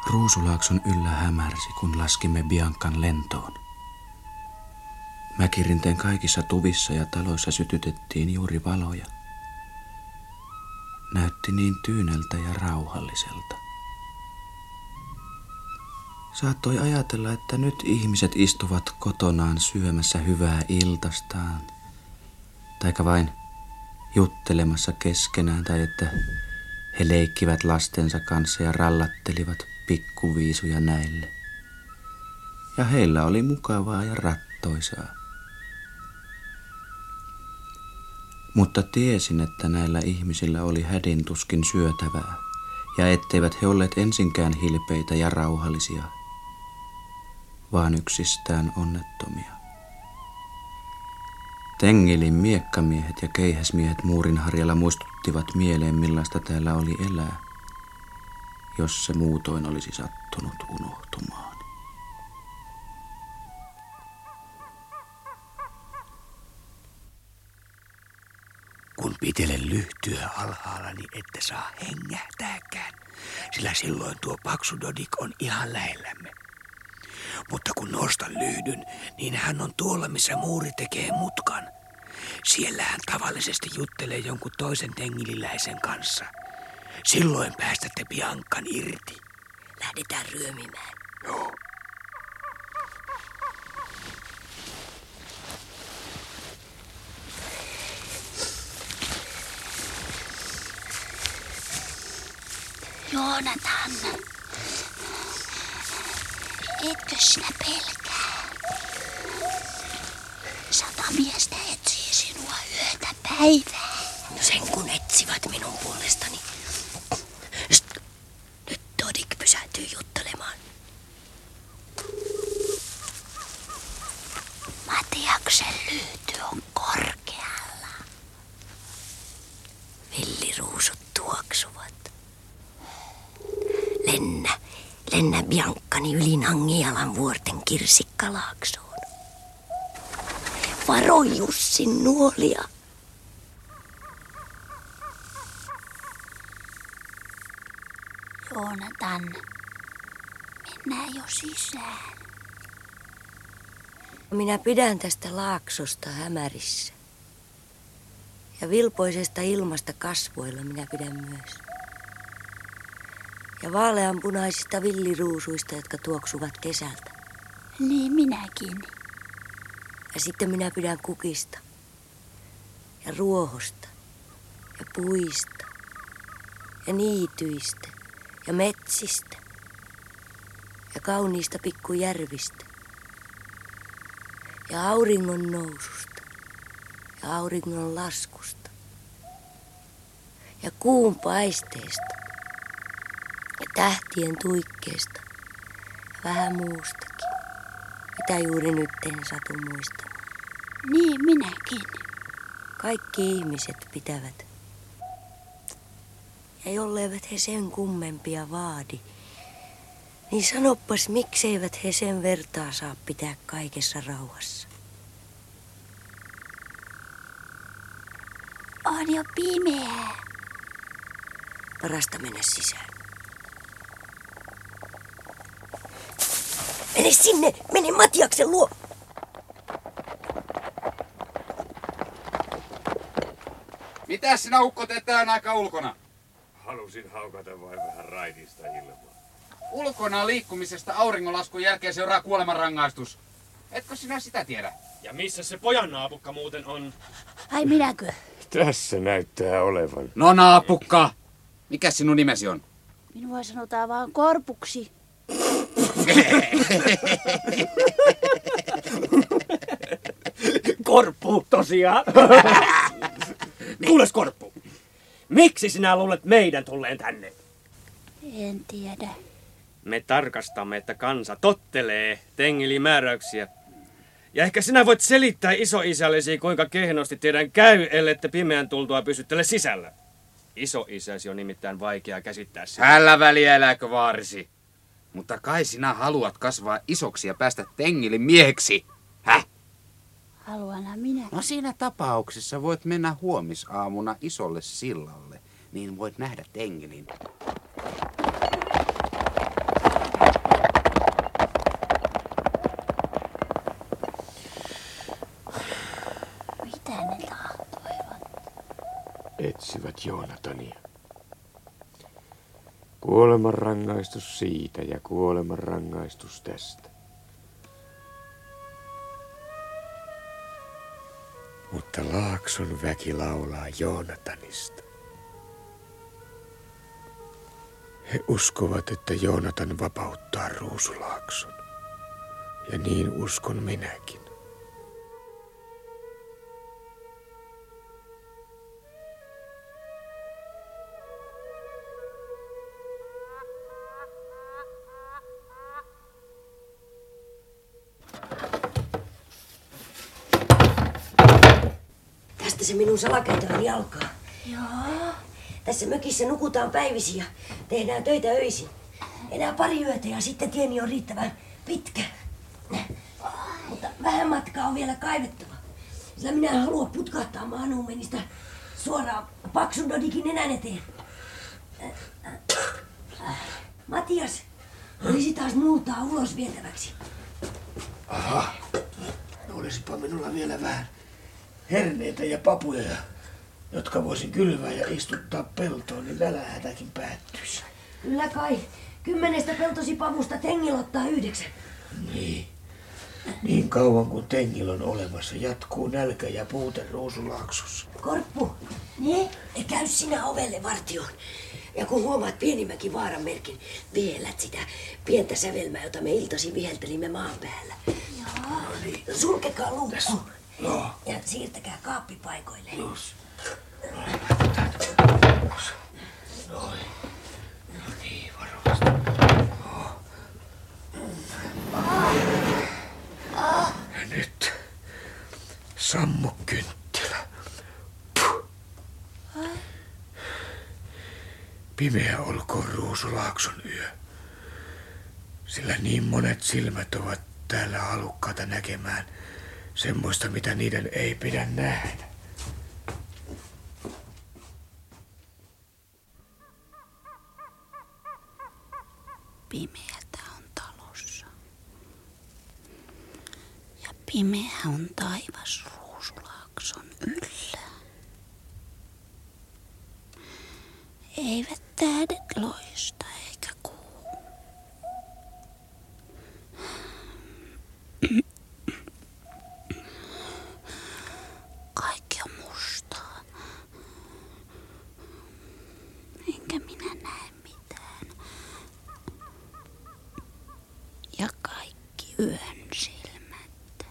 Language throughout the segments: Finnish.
Ruusulaakson yllä hämärsi, kun laskimme Biancan lentoon. Mäkirinteen kaikissa tuvissa ja taloissa sytytettiin juuri valoja. Näytti niin tyyneltä ja rauhalliselta. Saattoi ajatella, että nyt ihmiset istuvat kotonaan syömässä hyvää iltastaan, taikka vain juttelemassa keskenään, tai että he leikkivät lastensa kanssa ja rallattelivat pikkuviisuja näille. Ja heillä oli mukavaa ja rattoisaa. Mutta tiesin, että näillä ihmisillä oli hädintuskin syötävää, ja etteivät he olleet ensinkään hilpeitä ja rauhallisia, vaan yksistään onnettomia. Tengelin miekkamiehet ja keihäsmiehet muurinharjalla muistuttivat mieleen, millaista täällä oli elää, jos se muutoin olisi sattunut unohtumaan. Kun pitele lyhtyä alhaalla, niin ette saa hengähtääkään, sillä silloin tuo paksu Dodik on ihan lähellämme. Mutta kun nostan lyhdyn, niin hän on tuolla, missä muuri tekee mutkan. Siellä hän tavallisesti juttelee jonkun toisen tengililäisen kanssa. Silloin päästätte Biancan irti. Lähdetään ryömimään. Joo. Joonatan, etkö sinä pelkää? 100 miestä etsii sinua yötä päivää. No sen kun etsivät minun puolestani. Nyt Dodik pysähtyy juttelemaan. Matiaksen lyhty on korkealla. Villiruusut tuoksuvat. Lennä Biancani yli Nangialan vuorten kirsikkalaaksoon. Varo Jussin nuolia. Joonatan, mennään jo sisään. Minä pidän tästä laaksosta hämärissä. Ja vilpoisesta ilmasta kasvoilla minä pidän myös. Ja vaaleanpunaisista villiruusuista, jotka tuoksuvat kesältä. Niin minäkin. Ja sitten minä pidän kukista. Ja ruohosta. Ja puista. Ja niityistä. Ja metsistä. Ja kauniista pikkujärvistä. Ja auringon noususta. Ja auringon laskusta. Ja kuun paisteesta. Ja tähtien tuikkeesta. Ja vähän muustakin. Mitä juuri nyt en satu muistamaan. Niin minäkin. Kaikki ihmiset pitävät. Ja jolleivät he sen kummempia vaadi, niin sanoppas, mikseivät he sen vertaa saa pitää kaikessa rauhassa. On jo pimeää. Parasta mennä sisään. Mene sinne! Mene Matiaksen luo! Mitäs sinä ukko teet tähän aikaan ulkona? Halusin haukata vain vähän raitista ilmaa. Ulkona liikkumisesta auringonlaskun jälkeen seuraa kuolemanrangaistus. Etkö sinä sitä tiedä? Ja missä se pojan naapukka muuten on? Ai minäkö? Tässä näyttää olevan. No naapukka! Mikä sinun nimesi on? Minua sanotaan vaan Korpuksi. Korppu tosiaan. Kuules Korppu, miksi sinä luulet meidän tulleen tänne? En tiedä. Me tarkastamme, että kansa tottelee Tengelin määräyksiä. Ja ehkä sinä voit selittää isoisällesi, kuinka kehnosti teidän käy, ellette pimeän tultua pysyttele sisällä. Isoisäsi on nimittäin vaikea käsittää sitä. Älä väliä, eläkö vaarisi. Mutta kai sinä haluat kasvaa isoksi ja päästä Tengelin mieheksi. Häh? Haluanhan minä. No siinä tapauksessa voit mennä huomisaamuna isolle sillalle, niin voit nähdä Tengelin. Mitä ne tahtoivat? Etsivät Joonatania. Kuolemanrangaistus siitä ja kuolemanrangaistus tästä. Mutta Laakson väki laulaa Joonatanista. He uskovat, että Joonatan vapauttaa Ruusulaakson. Ja niin uskon minäkin. Tästä se minun salakäytäväni alkaa. Joo. Tässä mökissä nukutaan päivisin ja tehdään töitä öisin. Enää pari yötä ja sitten tieni on riittävän pitkä. Mutta vähän matkaa on vielä kaivettava. Sillä minä en halua putkahtaa maanuumenista suoraan Paksun Dodikin nenän eteen. Matias, olisi taas multaa ulos vietäväksi. Aha, no olisipa minulla vielä vähän herneitä ja papuja, jotka voisin kylvää ja istuttaa peltoon, niin nälänhätäkin päättyisi. Kyllä kai. 10 peltosipavusta Tengil ottaa 9. Niin kauan kuin Tengil on olemassa, jatkuu nälkä ja puute Ruusulaaksossa. Korppu, käy sinä ovelle vartioon. Ja kun huomaat pienimmäkin vaaran merkin, vihelät sitä pientä sävelmää, jota me iltaisin viheltelimme maan päällä. Joo. Sulkekaa luukku. Joo. Ja siirtäkää kaappipaikoille. Noin. No niin, varovasti. Ja nyt sammu kynttilä. Puh. Pimeä olkoon Ruusulaakson yö. Sillä niin monet silmät ovat täällä halukkaita näkemään semmoista, mitä niiden ei pidä nähdä. Pimeätä on talossa. Ja pimeä on taivas Ruusulaakson yllä. Eivät tähdet loista eikä kuu. Kaikki on mustaa. Enkä minä näe mitään. Ja kaikki yön silmät.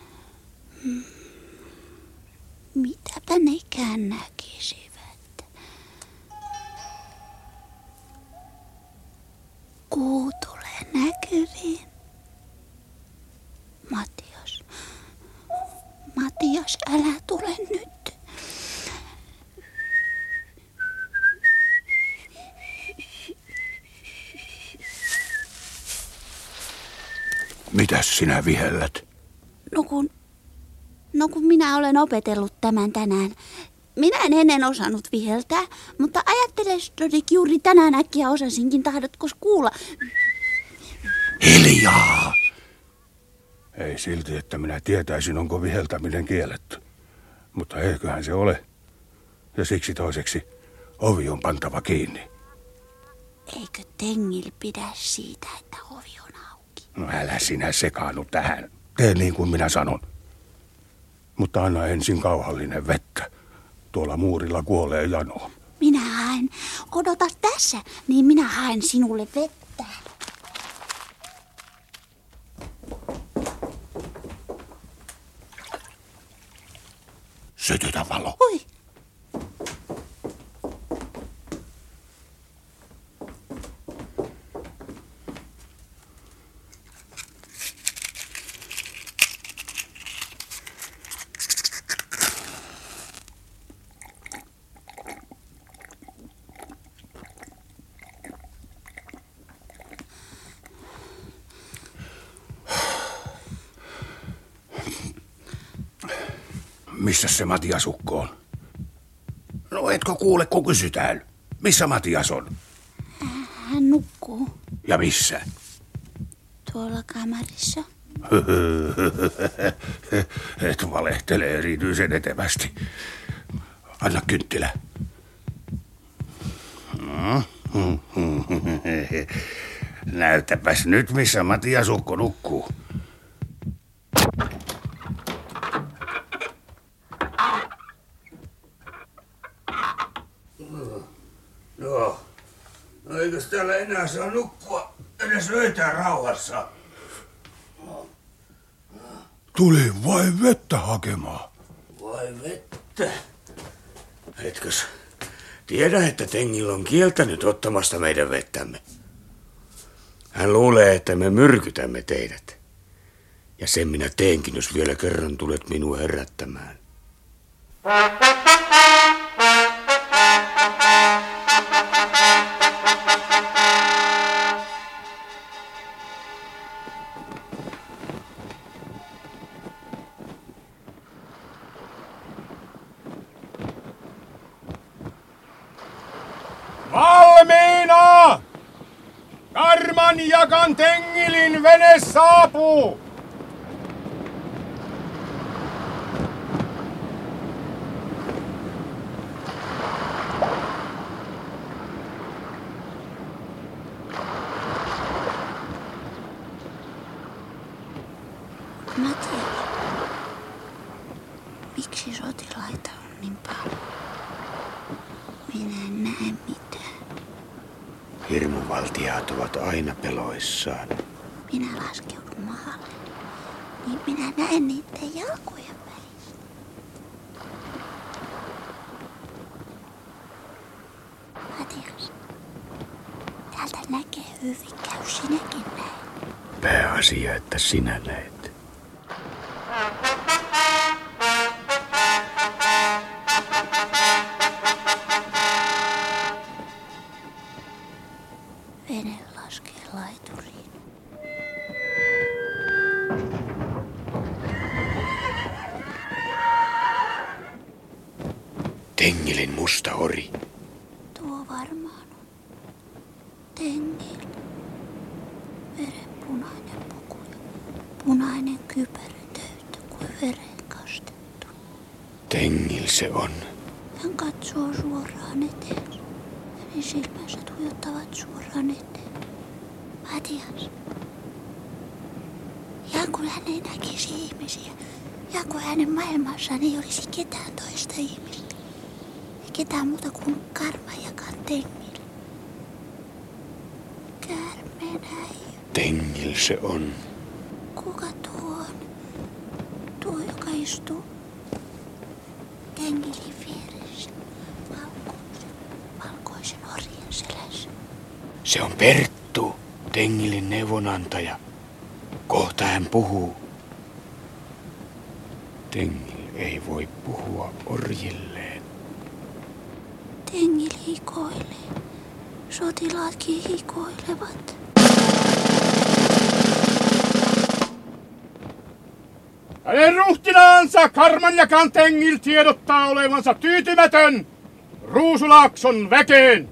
Mitäpä nekään näkisivät? Kuu tulee näkyviin. Matias, älä tule nyt. Mitäs sinä vihellät? No kun minä olen opetellut tämän tänään. Minä en ennen osannut viheltää, mutta ajatteles, Dodik, juuri tänään äkkiä osasinkin, tahdotko kuulla? Hiljaa! Ei silti, että minä tietäisin, onko viheltäminen kielletty. Mutta eiköhän se ole. Ja siksi toiseksi ovi on pantava kiinni. Eikö Tengil pidä siitä, että ovi on auki? No älä sinä sekaannu tähän. Tee niin kuin minä sanon. Mutta anna ensin kauhallinen vettä. Tuolla muurilla kuolee jano. Minä haen. Odota tässä, niin minä haen sinulle vettä. Sytytä valo. Oi. Missä se Matias ukko on? No etkö kuule, kun kysytään? Missä Matias on? Hän nukkuu Ja missä? tuolla kamarissa. Et valehtele erityisen etevästi. Anna kynttilä. Näytäpäs nyt, missä Matias ukko nukkuu. No, eikös täällä enää saa nukkua edes öitään rauhassa? Tulin vain vettä hakemaan. Vai vettä? Etkös tiedä, että Tengil on kieltänyt ottamasta meidän vettämme? Hän luulee, että me myrkytämme teidät. Ja sen minä teenkin, jos vielä kerran tulet minua herättämään. Valmiina! Karman jakan Tengilin vene saapuu! Matias, miksi sotilaita on niin paljon? Minä en näe mitään. Hirmuvaltiaat ovat aina peloissaan. Minä laskeudun maalle, niin minä näen niiden jalkojen välistä. Matias, täältä näkee hyvin, käy sinäkin näin. Pääasia, että sinä näet. Vene laskee laituriin. Tengilin musta ori. Tuo varmaan on Tengil. Verenpunainen puku ja punainen kypärä täyttä kuin veren kastettu. Tengil se on. Hän katsoo suoraan eteensä. Hänen silmänsä tuijottavat suoraan eteen. Matias. Ja kun hän ei näkisi ihmisiä, ja kun hänen maailmassaan ei olisi ketään toista ihmistä, ei ketään muuta kuin Karma ja Tengil. Käärmeenäijä. Tengil se on. Kuka tuo on? Tuo, joka istuu Tengilin vieressä, valkoisen orjen selässä. Se on Perttu, Tengilin neuvonantaja. Kohta hän puhuu. Tengil ei voi puhua orjilleen. Tengil hikoilee. Sotilaatkin hikoilevat. Hänen ruhtinaansa Karman ja Tengil tiedottaa olevansa tyytymätön Ruusulaakson väkeen.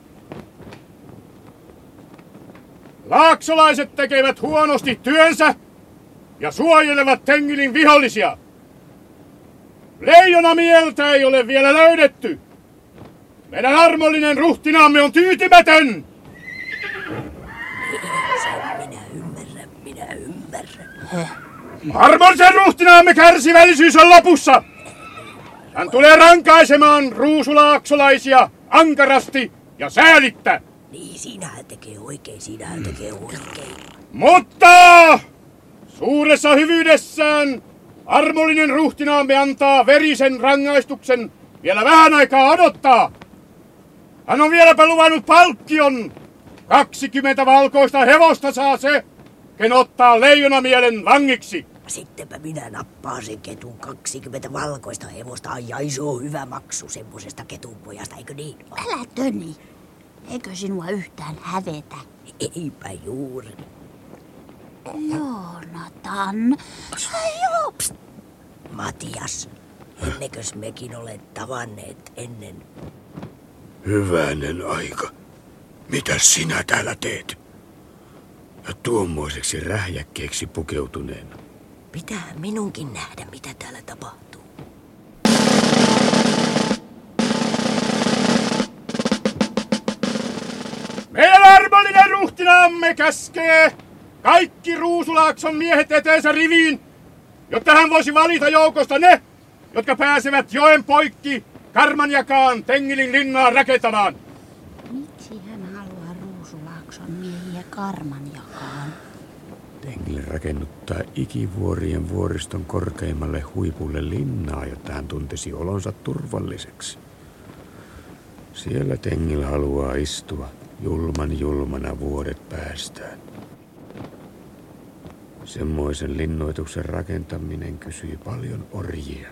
Laaksolaiset tekevät huonosti työnsä ja suojelevat Tengilin vihollisia. Leijonamieltä ei ole vielä löydetty. Meidän armollinen ruhtinaamme on tyytymätön. Minä ymmärrän. Armollisen ruhtinaamme kärsivällisyys on lopussa. Hän tulee rankaisemaan ruusulaaksolaisia ankarasti ja säälittä. Niin, siinähän tekee oikein. Mutta suuressa hyvyydessään armollinen ruhtinaamme antaa verisen rangaistuksen vielä vähän aikaa odottaa. Hän on vieläpä luvannut palkkion. 20 valkoista hevosta saa se, ken ottaa leijonamielen vangiksi. Sittenpä minä nappaan sen ketun 20 valkoista hevosta. Ai se on hyvä maksu semmosesta ketunpojasta, eikö niin? Älä töni. Eikö sinua yhtään hävetä? Eipä juuri. Joonatan. Joo. Matias, ennekös mekin ole tavanneet ennen? Hyvänen aika. Mitä sinä täällä teet? Ja tuommoiseksi rähjäkkeeksi pukeutuneena. Pitää minunkin nähdä, mitä täällä tapahtuu. Meidän armollinen ruhtinaamme käskee kaikki Ruusulaakson miehet eteensä riviin, jotta hän voisi valita joukosta ne, jotka pääsevät joen poikki Karmanjakaan Tengilin linnaa rakentamaan. Miksi hän haluaa Ruusulaakson miehiä Karmanjakaan? Tengil rakennuttaa ikivuorien vuoriston korkeimmalle huipulle linnaa, jotta hän tuntisi olonsa turvalliseksi. Siellä Tengil haluaa istua julmana vuodet päästään. Semmoisen linnoituksen rakentaminen kysyy paljon orjia.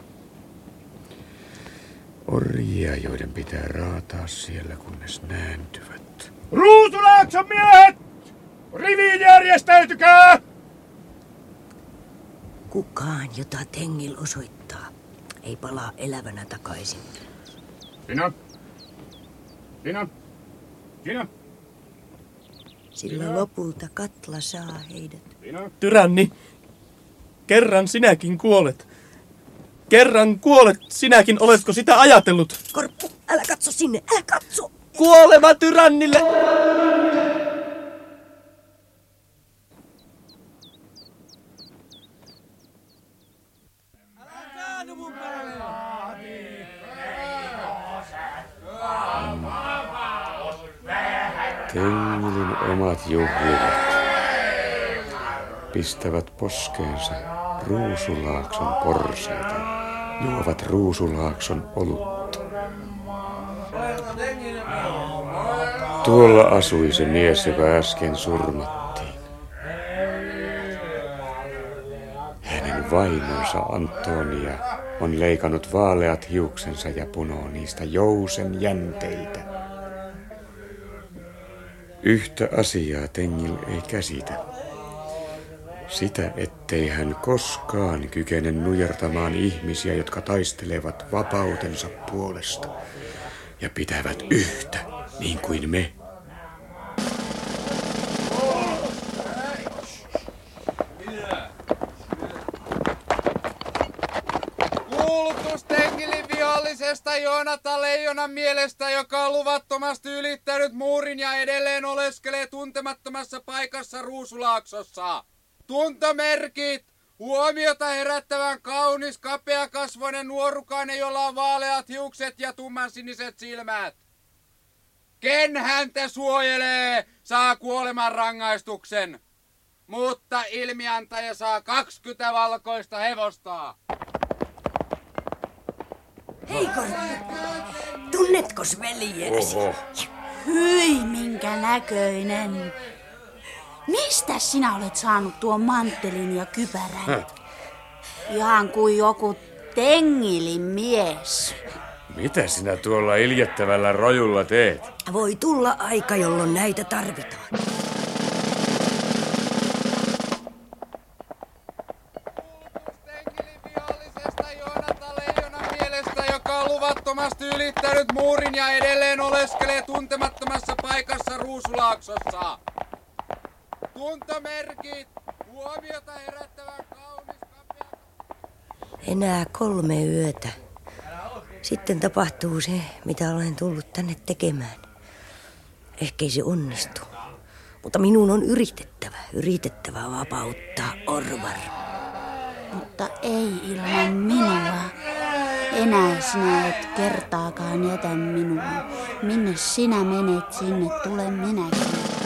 Orjia, joiden pitää raataa siellä, kunnes nääntyvät. Ruusulaakson miehet! Riviin järjestäytykää! Kukaan, jota Tengil osoittaa, ei palaa elävänä takaisin. Sinä. Sillä lopulta Katla saa heidät. Tyranni, kerran sinäkin kuolet. Kerran kuolet sinäkin, oletko sitä ajatellut? Korppu, älä katso sinne, älä katso! Kuolema tyrannille! Tengilin omat juhlivat pistävät poskeensa Ruusulaakson porsaita, juovat Ruusulaakson olutta. Tuolla asui se mies, joka äsken surmattiin. Hänen vaimonsa Antonia on leikannut vaaleat hiuksensa ja punoo niistä jousen jänteitä. Yhtä asiaa Tengil ei käsitä. Sitä, ettei hän koskaan kykene nujertamaan ihmisiä, jotka taistelevat vapautensa puolesta ja pitävät yhtä, niin kuin me. Kuulutus Tengilin vihollisesta Joonatan Leijonan mielestä, joka on luvattomasti ylittänyt muurin ja edelleen oleskelee tuntemattomassa paikassa Ruusulaaksossa. Tuntomerkit! Huomiota herättävän kaunis, kapeakasvoinen nuorukainen, jolla on vaaleat hiukset ja tummansiniset silmät. Ken häntä suojelee, saa kuoleman rangaistuksen. Mutta ilmiantaja saa 20 valkoista hevosta. Hei Korppu, tunnetkos veljeesi? Oho. Hyi, minkä näköinen. Mistä sinä olet saanut tuon manttelin ja kypärän? Ihan kuin joku Tengilin mies. Mitä sinä tuolla iljettävällä rojulla teet? Voi tulla aika, jolloin näitä tarvitaan. Tengilin vihollisesta Joonatan Leijonan mielestä, joka on luvattomasti ylittänyt muurin ja edelleen oleskelee tuntemattomassa paikassa Ruusulaaksossa. Tuntomerkit! Huomiota herättävän kaunis, kapea... Enää 3 yötä. Sitten tapahtuu se, mitä olen tullut tänne tekemään. Ehkä ei se onnistu. Mutta minun on yritettävä vapauttaa Orvar. Mutta ei ilman minua. Enää sinä et kertaakaan jätä minua. Minne sinä menet, sinne tulen minäkin.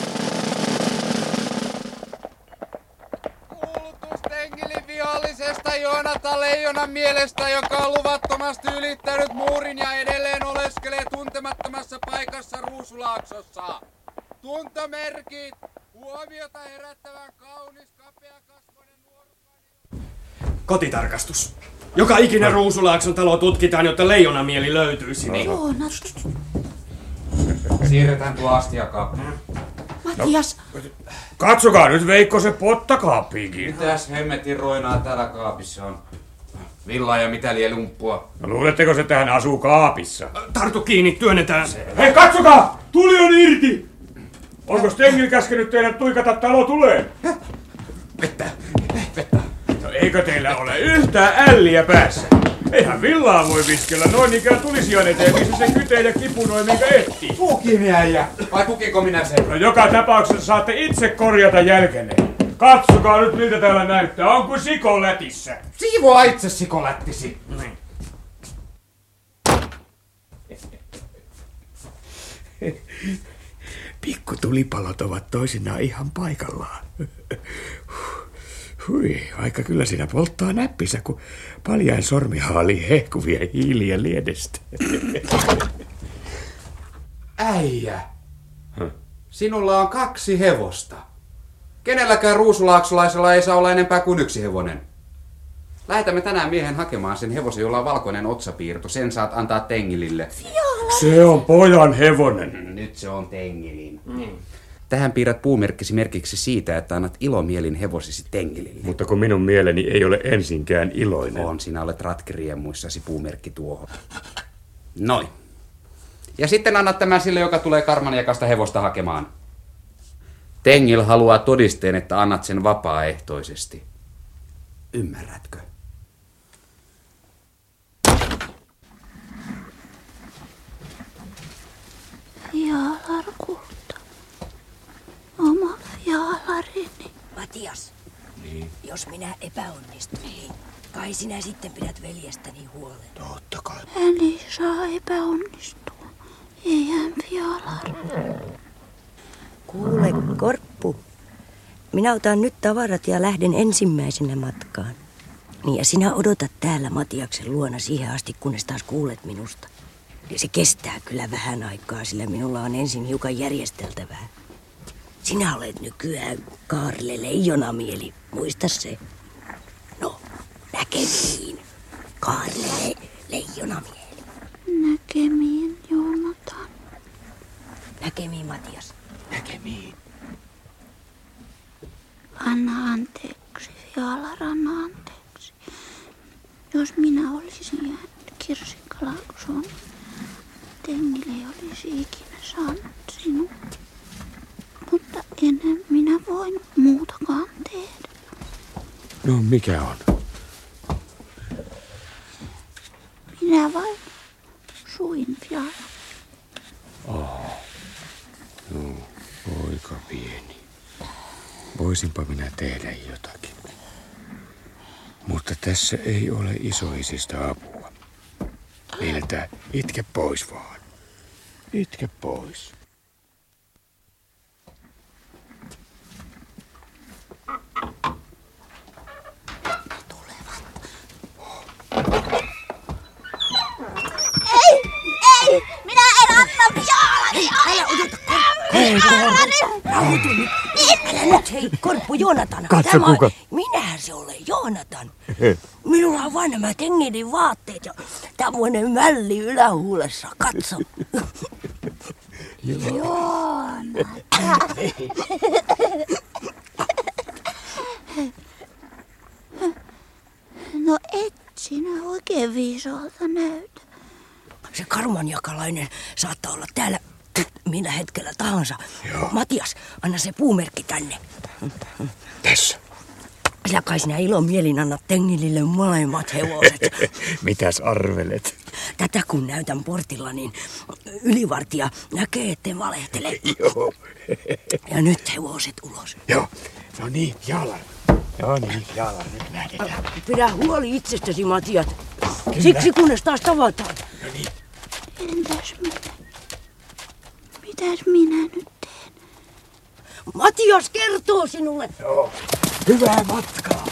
Kuulutus Tengilin vihollisesta Joonatan Leijonan mielestä, joka on luvattomasti ylittänyt muurin ja edelleen oleskelee tuntemattomassa paikassa Ruusulaaksossa. Tuntomerkit! Huomiota herättävän kaunis, kapeakasvoinen nuorukainen... Kotitarkastus. Joka ikinen Ruusulaakson talo tutkitaan, jotta leijonamieli löytyisi. Siirretään tuo astiakaappi. Matias! Katsokaa nyt Veikko se pottakaappiinkin. Mitäs hemmetin roinaa täällä kaapissa on? Villaa ja mitä lie lumppua. No, luuletteko se tähän asuu kaapissa? Tartu kiinni, työnnetään. Hei, katsokaa! Tuli on irti! Onko Tengil käskenyt teidän tuikata talo tuleen? Vettä. No Eikö teillä ole yhtään älliä päässä? Eihän villaa voi viskellä noin ikään tulisijan eteen, missä se kytee ja kipunoi minkä ehtii. Tukin äijä, vai tukiko minä sen? No joka tapauksessa saatte itse korjata jälkenne. Katsokaa nyt miltä täällä näyttää, on kuin siko lätissä. Siivoa itse sikolättisi. Pikkutulipalot ovat toisinaan ihan paikallaan. Hui, vaikka kyllä siinä polttaa näppinsä, kun paljain sormi haalii hehkuvia hiiliä liedestä. Äijä, sinulla on 2 hevosta. Kenelläkään ruusulaaksolaisella ei saa olla enempää kuin 1 hevonen. Lähetämme tänään miehen hakemaan sen hevosen, jolla on valkoinen otsapiirto. Sen saat antaa Tengilille. Se on pojan hevonen. Nyt se on Tengilin. Tähän piirrät puumerkkisi merkiksi siitä, että annat ilomielin hevosisi Tengilille. Mutta kun minun mieleni ei ole ensinkään iloinen. On, sinä olet ratkiriemuissasi puumerkki tuohon. Noin. Ja sitten annat tämän sille, joka tulee Karmaniakasta hevosta hakemaan. Tengil haluaa todisteen, että annat sen vapaaehtoisesti. Ymmärrätkö? Jalarkulta. Oma jaalarini. Matias, niin? Jos minä epäonnistun, niin kai sinä sitten pidät veljestäni huolen. Totta kai. Hän ei saa epäonnistua. Ei hän Fjalar. Kuule, Korppu. Minä otan nyt tavarat ja lähden ensimmäisenä matkaan. Niin ja sinä odotat täällä Matiaksen luona siihen asti, kunnes taas kuulet minusta. Ja se kestää kyllä vähän aikaa, sillä minulla on ensin hiukan järjesteltävää. Sinä olet nykyään Kaarle leijonamieli, muista se. No, näkemiin, Kaarle leijonamieli. Näkemiin, Joonatan. Näkemiin, Matias. Näkemiin. Anna anteeksi, Fjalar, anna anteeksi. Jos minä olisin jäänyt Kirsikkalaaksoon, Tengil ei olisi ikinä saanut sinua. Mutta enää minä voin muutakaan tehdä. No mikä on? Minä vain suin Fjalar. No, poika pieni. Voisinpa minä tehdä jotakin. Mutta tässä ei ole isoisista apua. Niiltä itke pois vaan. Itke pois. Ei! Minä en anna Fjalari! Älä odota, Korppu! Rauhoitu nyt! Älä nyt, hei, Korppu, Joonatan! Katso, kuka. Minähän se olen, Joonatan! Minulla on vain nämä Tengilin vaatteet ja tämmöinen mälli ylähuulessa, katso! Joonatan! No et sinä oikein viisaalta näytä. Se karmanjakalainen saattaa olla täällä millä hetkellä tahansa. Joo. Matias, anna se puumerkki tänne. Tässä. Sillä kai sinä ilomielin annat Tengilille molemmat hevoset. Mitäs arvelet? Tätä kun näytän portilla, niin ylivartija näkee, etten valehtele. Joo. Ja nyt hevoset ulos. Joo. No niin, Fjalar. No niin, Fjalar, nyt lähdetään. Pidä huoli itsestäsi, Matias. Siksi kunnes taas tavataan. No niin. Entäs minä? Mitäs minä nyt teen? Matias kertoo sinulle. Joo. Hyvää matkaa.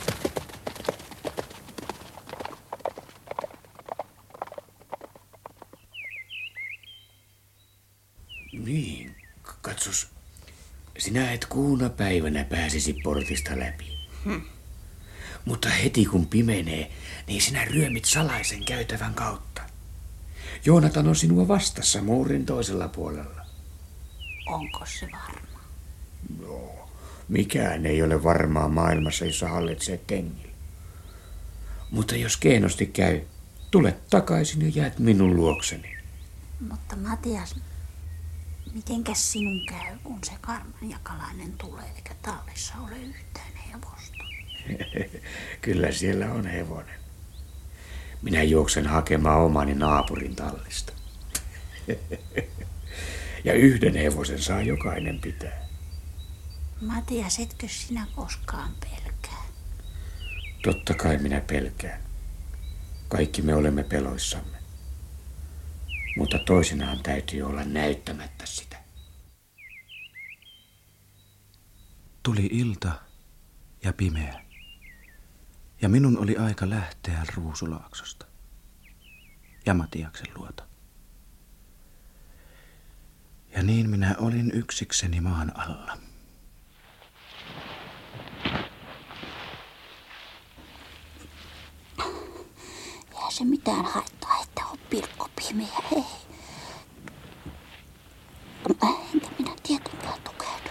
Niin, katsos. Sinä et kuuna päivänä pääsisi portista läpi. Mutta heti kun pimenee, niin sinä ryömit salaisen käytävän kautta. Joonatan on sinua vastassa muurin toisella puolella. Onko se varma? No, mikään ei ole varmaa maailmassa, jossa hallitsee Tengil. Mutta jos keennosti käy, tule takaisin ja jäät minun luokseni. Mutta Matias, mitenkäs sinun käy, kun se karmanjakalainen tulee eikä tallissa ole yhtään hevosta? Kyllä siellä on hevonen. Minä juoksen hakemaan omani naapurin tallista. Ja yhden hevosen saa jokainen pitää. Matias, etkö sinä koskaan pelkää? Totta kai minä pelkään. Kaikki me olemme peloissamme. Mutta toisinaan täytyy olla näyttämättä sitä. Tuli ilta ja pimeä. Ja minun oli aika lähteä Ruusulaaksosta ja Matiaksen luota. Ja niin minä olin yksikseni maan alla. Eihän se mitään haittaa, että on pilkkopimeä, ei. Enkä minä tietenkään tukeudu.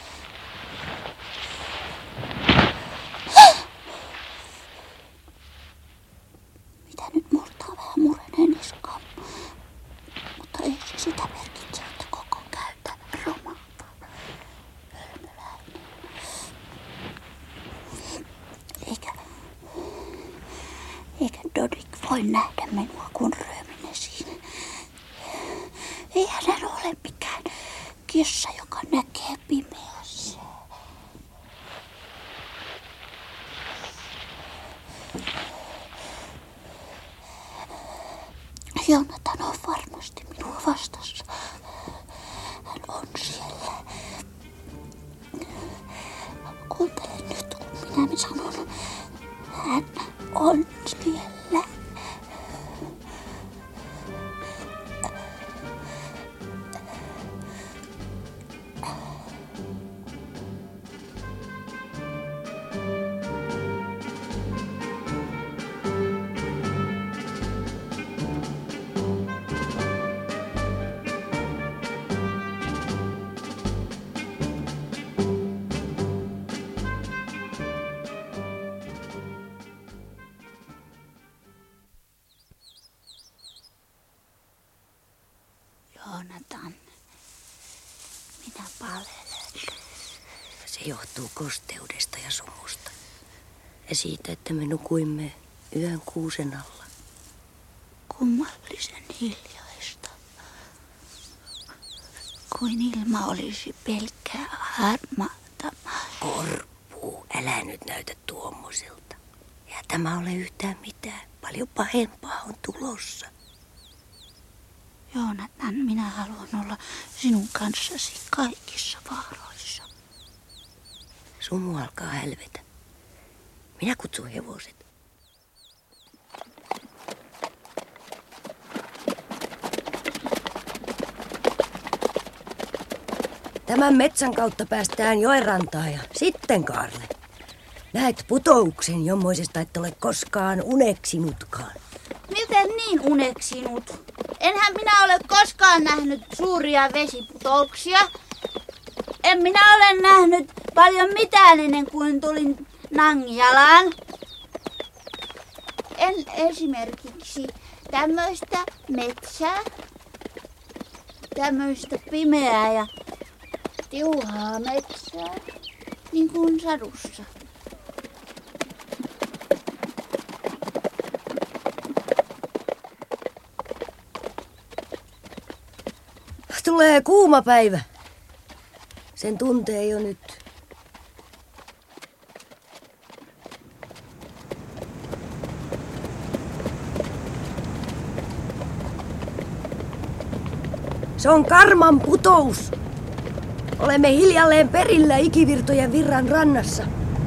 Mitä nyt murtaa vähän mureneen niskaan. Mutta ei se sitä merkitse, että koko käytä romahtaa. Hölmöläinen. Eikä Dodik voi nähdä minua, kun ryöminen siinä. Eihän hän ole mikään kissa, joka näkee pimeässä. Joonatan on varmasti minua vastassa. Hän on siellä. Kuuntele nyt, kun minä sanon. Hän on siellä. Joonatan, minä palelen. Se johtuu kosteudesta ja sumusta. Ja siitä, että me nukuimme yön kuusen alla. Kummallisen hiljaista. Kuin ilma olisi pelkkää harmaata. Korppu, älä nyt näytä tuommoiselta. Ja tämä ole yhtään mitään. Paljon pahempaa on tulossa. Joonatan, minä haluan olla sinun kanssasi kaikissa vaaroissa. Sumu alkaa hälvetä. Minä kutsun hevoset. Tämän metsän kautta päästään joenrantaan ja sitten Kaarle. Näet putouksen jommoisesta, et ole koskaan uneksinutkaan. Miten niin uneksinut? Enhän minä ole koskaan nähnyt suuria vesiputouksia. En minä ole nähnyt paljon mitään ennen kuin tulin Nangjalaan. En esimerkiksi tämmöistä metsää, tämmöistä pimeää ja tiuhaa metsää, niin kuin sadussa. Tulee kuuma päivä. Sen tuntee jo nyt. Se on karman putous. Olemme hiljalleen perillä ikivirtojen virran rannassa.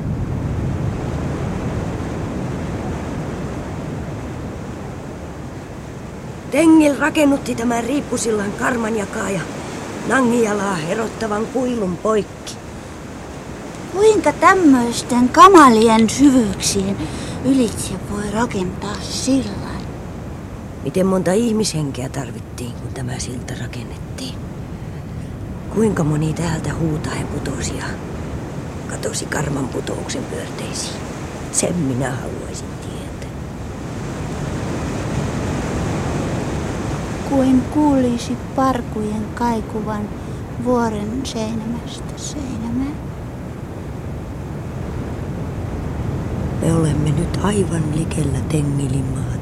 Tengil rakennutti tämän riippusillan karman jakaa ja Nangjalaa erottavan kuilun poikki. Kuinka tämmöisten kamalien syvyyksien ylitse voi rakentaa sillan? Miten monta ihmishenkeä tarvittiin, kun tämä silta rakennettiin? Kuinka moni täältä huutaen putosi ja katosi karman putouksen pyörteisiin? Sen minä haluaisin tietää. Kuin kuulisi parkujen kaikuvan vuoren seinämästä seinämään. Me olemme nyt aivan likellä Tengilin maata.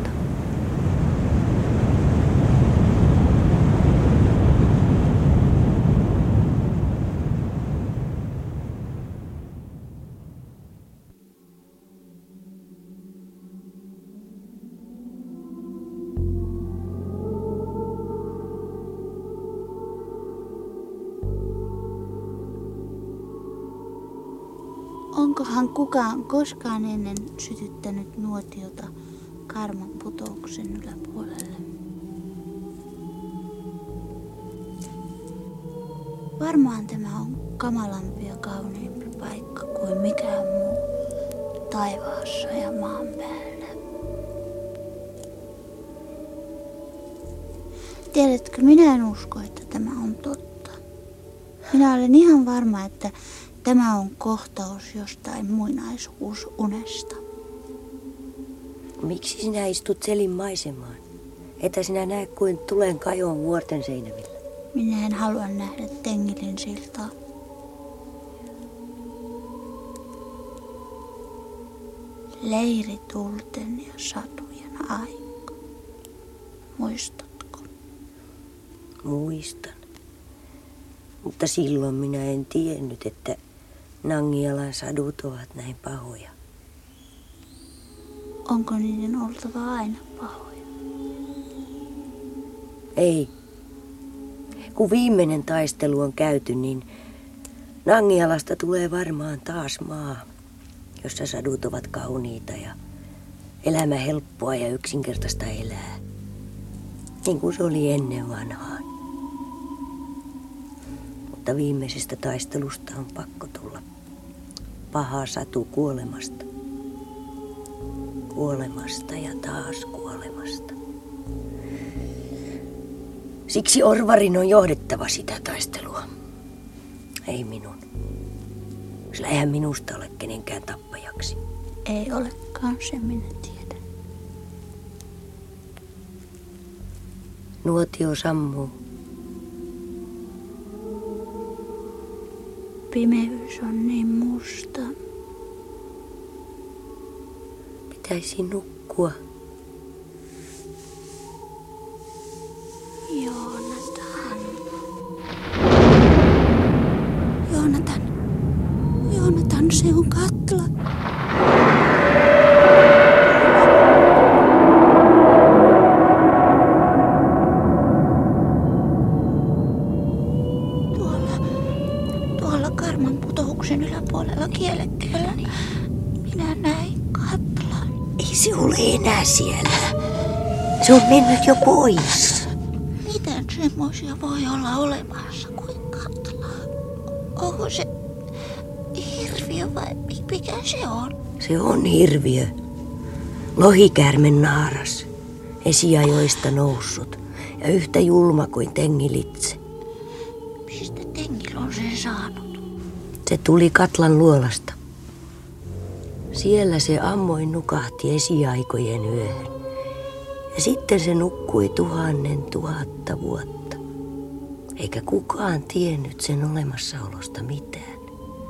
Onkohan kukaan koskaan ennen sytyttänyt nuotiota karman putouksen yläpuolelle? Varmaan tämä on kamalampi ja kauniimpi paikka kuin mikään muu taivaassa ja maan päällä. Tiedätkö, minä en usko, että tämä on totta. Minä olen ihan varma, että tämä on kohtaus jostain muinaisuusunesta. Miksi sinä istut Selin maisemaan? Että sinä näe kuin tulen kajoon vuorten seinävillä. Minä en halua nähdä Tengilin siltaa. Leiritulten ja satujen aika. Muistatko? Muistan. Mutta silloin minä en tiennyt, että Nangialan sadut ovat näin pahoja. Onko niiden oltava aina pahoja? Ei. Kun viimeinen taistelu on käyty, niin Nangialasta tulee varmaan taas maa, jossa sadut ovat kauniita ja elämä helppoa ja yksinkertaista elää. Niin kuin se oli ennen vanhaan. Mutta viimeisestä taistelusta on pakko tulla paha satu kuolemasta. Kuolemasta ja taas kuolemasta. Siksi Orvarin on johdettava sitä taistelua. Ei minun. Sillä eihän minusta ole kenenkään tappajaksi. Ei olekaan, se minä tiedän. Nuotio sammuu. Pimeys on niin musta. Pitäisi nukkua. Joonatan. Joonatan. Joonatan, se on Katla. Tuolla karman putouksen yläpuolella kielekkeelläni minä näin Katlan. Ei se ole enää siellä. Se on mennyt jo pois. Miten semmoisia voi olla olemassa kuin Katla? Onko se hirviö vai mikä se on? Se on hirviö. Lohikäärmen naaras. Esiajoista noussut ja yhtä julma kuin Tengil itse. Mistä Tengil on sen saanut? Se tuli Katlan luolasta. Siellä se ammoin nukahti esiaikojen yöhön. Ja sitten se nukkui 1000 vuotta. Eikä kukaan tiennyt sen olemassaolosta mitään.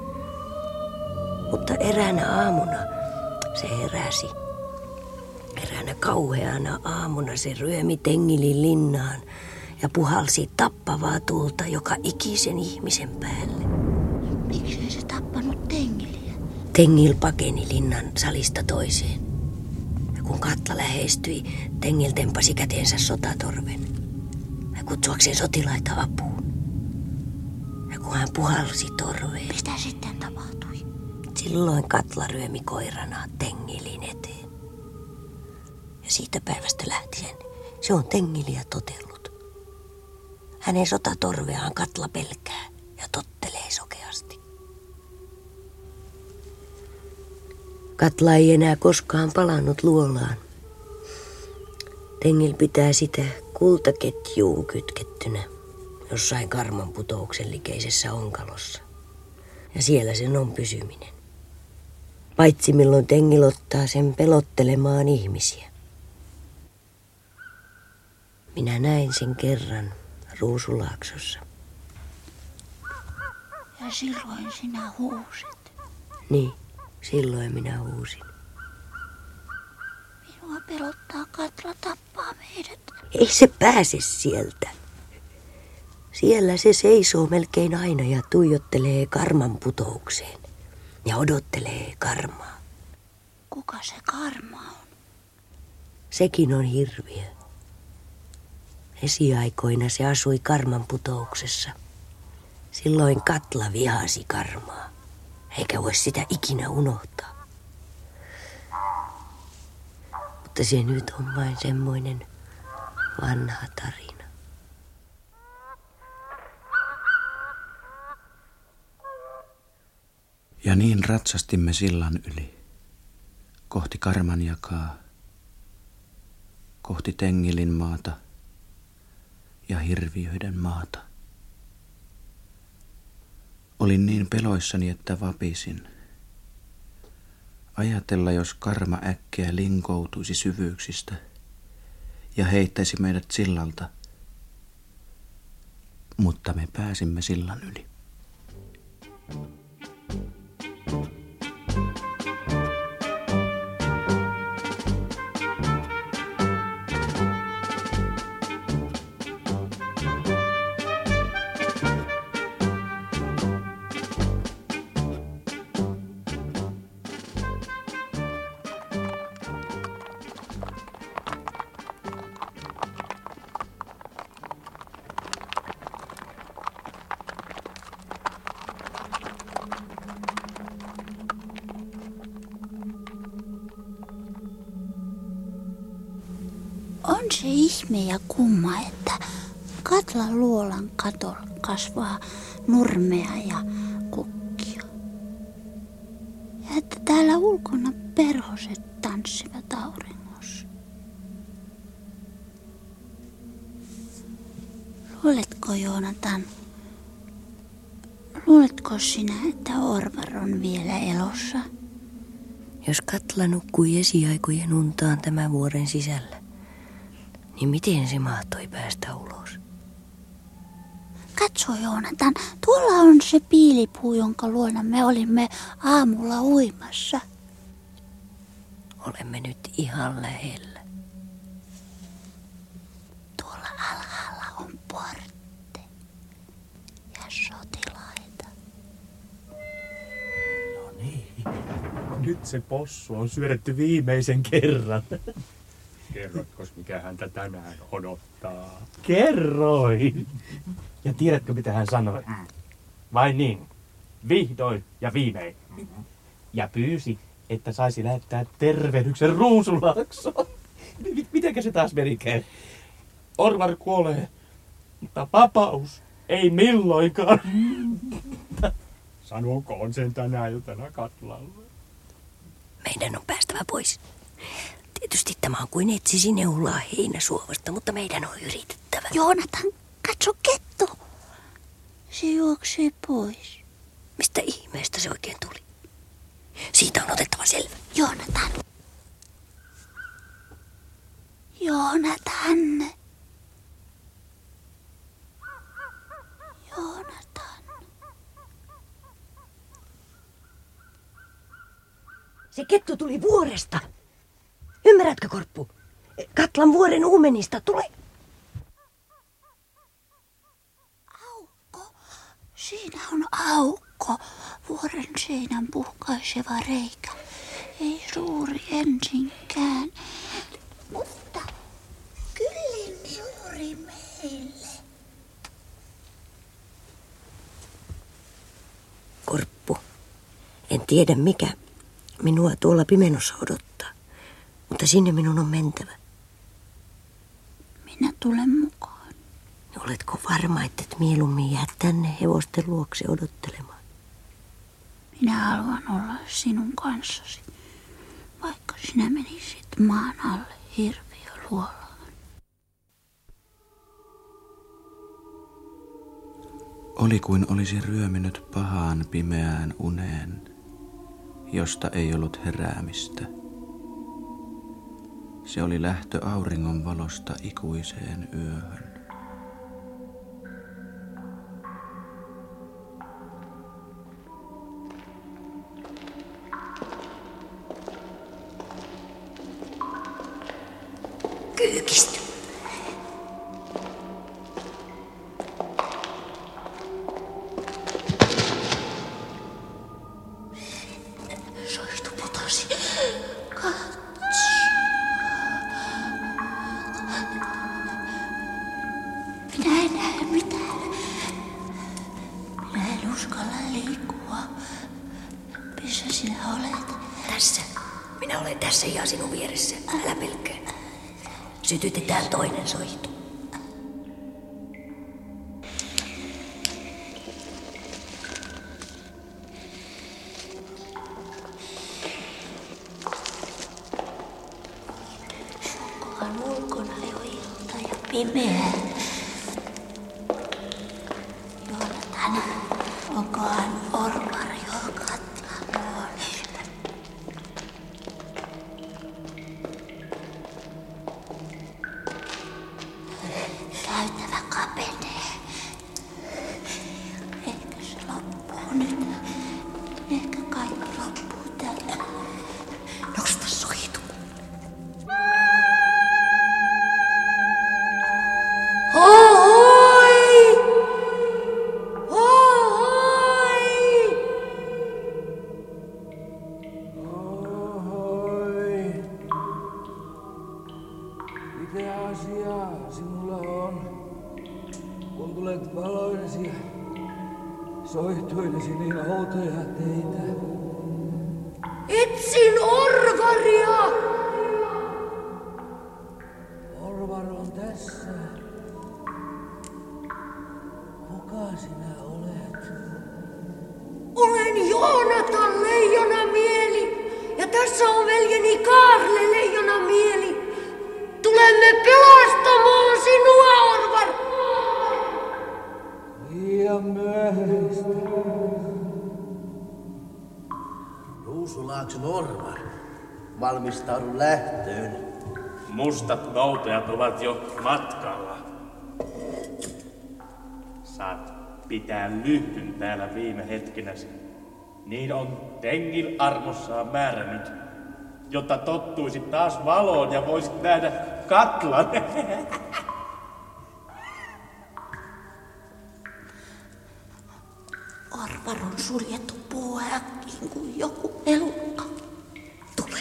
Mutta eräänä aamuna se heräsi. Eräänä kauheana aamuna se ryömi Tengilin linnaan ja puhalsi tappavaa tulta joka ikisen ihmisen päälle. Miksi ei se tappanut Tengiliä? Tengil pakeni linnan salista toiseen. Ja kun Katla lähestyi, Tengil tempasi käteensä sotatorven. Ja kutsuakseen sotilaita apuun. Ja kun hän puhalsi torveen... Mitä sitten tapahtui? Silloin Katla ryömi koirana Tengilin eteen. Ja siitä päivästä lähtien se on Tengiliä totellut. Hänen sotatorveaan Katla pelkää ja tottelee sokeasti. Katla ei enää koskaan palannut luolaan. Tengil pitää sitä kultaketjuun kytkettynä jossain karman putouksen likeisessä onkalossa. Ja siellä sen on pysyminen. Paitsi milloin Tengil ottaa sen pelottelemaan ihmisiä. Minä näin sen kerran Ruusulaaksossa. Ja silloin sinä huusit. Niin, silloin minä huusin. pelottaa Katla tappaa meidät. Ei se pääse sieltä. Siellä se seisoo melkein aina ja tuijottelee karman putoukseen. Ja odottelee karmaa. Kuka se karma on? Sekin on hirviö. Esiaikoina se asui karman putouksessa. Silloin Katla vihasi karmaa, eikä voi sitä ikinä unohtaa. Mutta se nyt on vain semmoinen vanha tarina. Ja niin ratsastimme sillan yli, kohti Karmanjakaa, kohti Tengilin maata ja hirviöiden maata. Olin niin peloissani, että vapisin. Ajatella, jos karma äkkiä linkoutuisi syvyyksistä ja heittäisi meidät sillalta. Mutta me pääsimme sillan yli. On se ihme ja kumma, että Katlan luolan katolla kasvaa nurmea ja kukkia. Ja että täällä ulkona perhoset tanssivat auringossa. Luuletko, Joonatan? Luuletko sinä, että Orvar on vielä elossa? Jos Katla nukkui esiaikojen untaan tämän vuoren sisällä, niin miten se mahtoi päästä ulos? Katso, Joonatan, tuolla on se piilipuu, jonka luona me olimme aamulla uimassa. Olemme nyt ihan lähellä. Tuolla alhaalla on portti ja sotilaita. No niin, nyt se possu on syödetty viimeisen kerran. Kerrotkos, mikä häntä tänään odottaa? Kerroin. Ja tiedätkö, mitä hän sanoi? Vai niin? Vihdoin ja viimein. Ja pyysi, että saisi lähettää tervehdyksen Ruusulaaksoon. Mitenkä se taas menikään? Orvar kuolee, mutta vapaus ei milloinkaan. Sanokoon sen tänä iltana Katlalle. Meidän on päästävä pois. Tietysti tämä on kuin etsisi neulaa heinäsuovasta, mutta meidän on yritettävä. Joonatan, katso kettu. Se juoksee pois. Mistä ihmeestä se oikein tuli? Siitä on otettava selvä. Joonatan. Joonatan. Joonatan. Se kettu tuli vuoresta. Ymmärrätkö, Korppu? Katlan vuoren uumenista tule. Aukko. Siinä on aukko. Vuoren seinän puhkaiseva reikä. Ei suuri ensinkään, mutta kyllin suuri meille. Korppu, en tiedä mikä minua tuolla pimenossa odottaa, mutta sinne minun on mentävä. Minä tulen mukaan. Oletko varma, että et mieluummin jää tänne hevosten luokse odottelemaan? Minä haluan olla sinun kanssasi, vaikka sinä menisit maan alle hirviöluolaan. Oli kuin olisi ryöminyt pahaan pimeään uneen, josta ei ollut heräämistä. Se oli lähtö auringon valosta ikuiseen yöhön. olen tässä ihan sinun vieressä. Älä pelkää. Sytytetään toinen soitu. Onkohan ulkona jo ilta ja pimeää? Joonatan, onkohan Orvar jo katlamoon? Käytävä kapenee. Ehkä se loppuu nyt. Ehkä kaikki loppuu tällä. Nosta soitu. Hoi! Hoi! Ohoi. Mitä asiaa sinulla on? Kun tulet valoinesi ja soihtuinesi niin outoja teitä. Etsin Orvaria! Orvar on tässä. Kuka sinä olet? Olen Joonatan Leijonamieli ja tässä on veljeni Kaarle Leijonamieli. Tulemme pelastamaan sinua, Orvar! Liian myöhäistä. Ruusulaakson Orvar, valmistaudu lähtöön. Mustat noutajat ovat jo matkalla. Saat pitää lyhdyn täällä viime hetkenäsi. Niin on Tengil armossaan määrännyt, jotta tottuisit taas valoon ja voisit nähdä Katlan. Orvar on suljettu puuhäkkiin kuin joku elukka. Tule.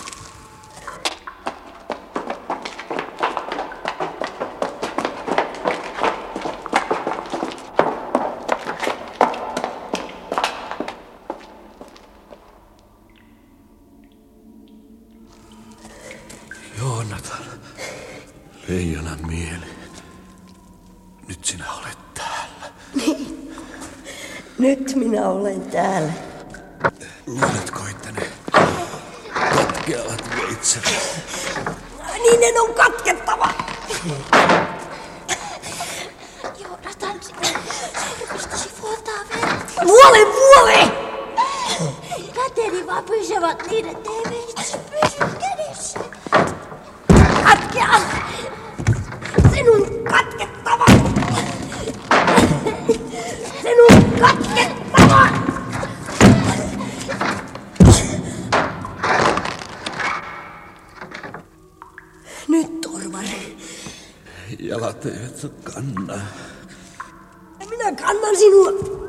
Joonatan, leijonan mieli. Nyt sinä olet täällä. Niin. Nyt minä olen täällä. Olet koittaneet katkeavat veitset. Niiden on katkettava. Joonatan, sormistasi vuotaa verta. Vuole! Käteni vaan pysyvät niin, ettei veitsi pysy kädessä. Katkea! Sinun katkettava! Sinun katkettava! Nyt, Orvar. Jalat eivät kanna. Minä kannan sinua.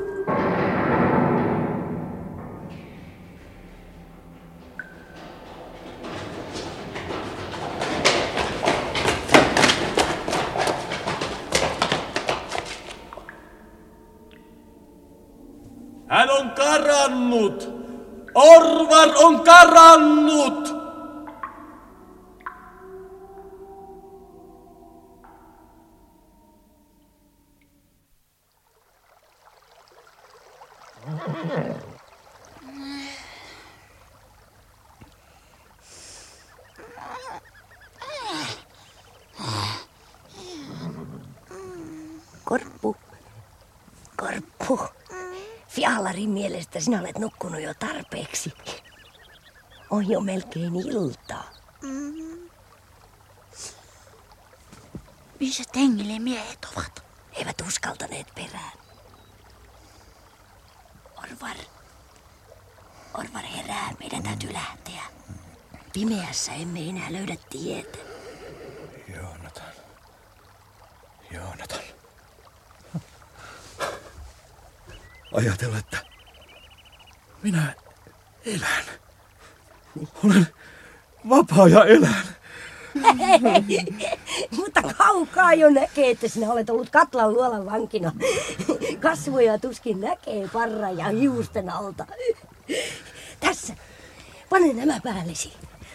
Hän on karannut! Orvar on karannut! Korppu. Fialarin mielestä sinä olet nukkunut jo tarpeeksi. On jo melkein iltaa. Missä Tengilin miehet ovat? Eivät uskaltaneet perään. Orvar herää, meidän täytyy lähteä. Pimeässä emme enää löydä tietä. Joonatan. Ajatella, että minä elän. Olen vapaa ja elän. Mutta kaukaa jo näkee, että sinä olet ollut Katlan luolan vankina. Kasvoja tuskin näkee parran ja hiusten alta. Tässä, pane nämä päällesi.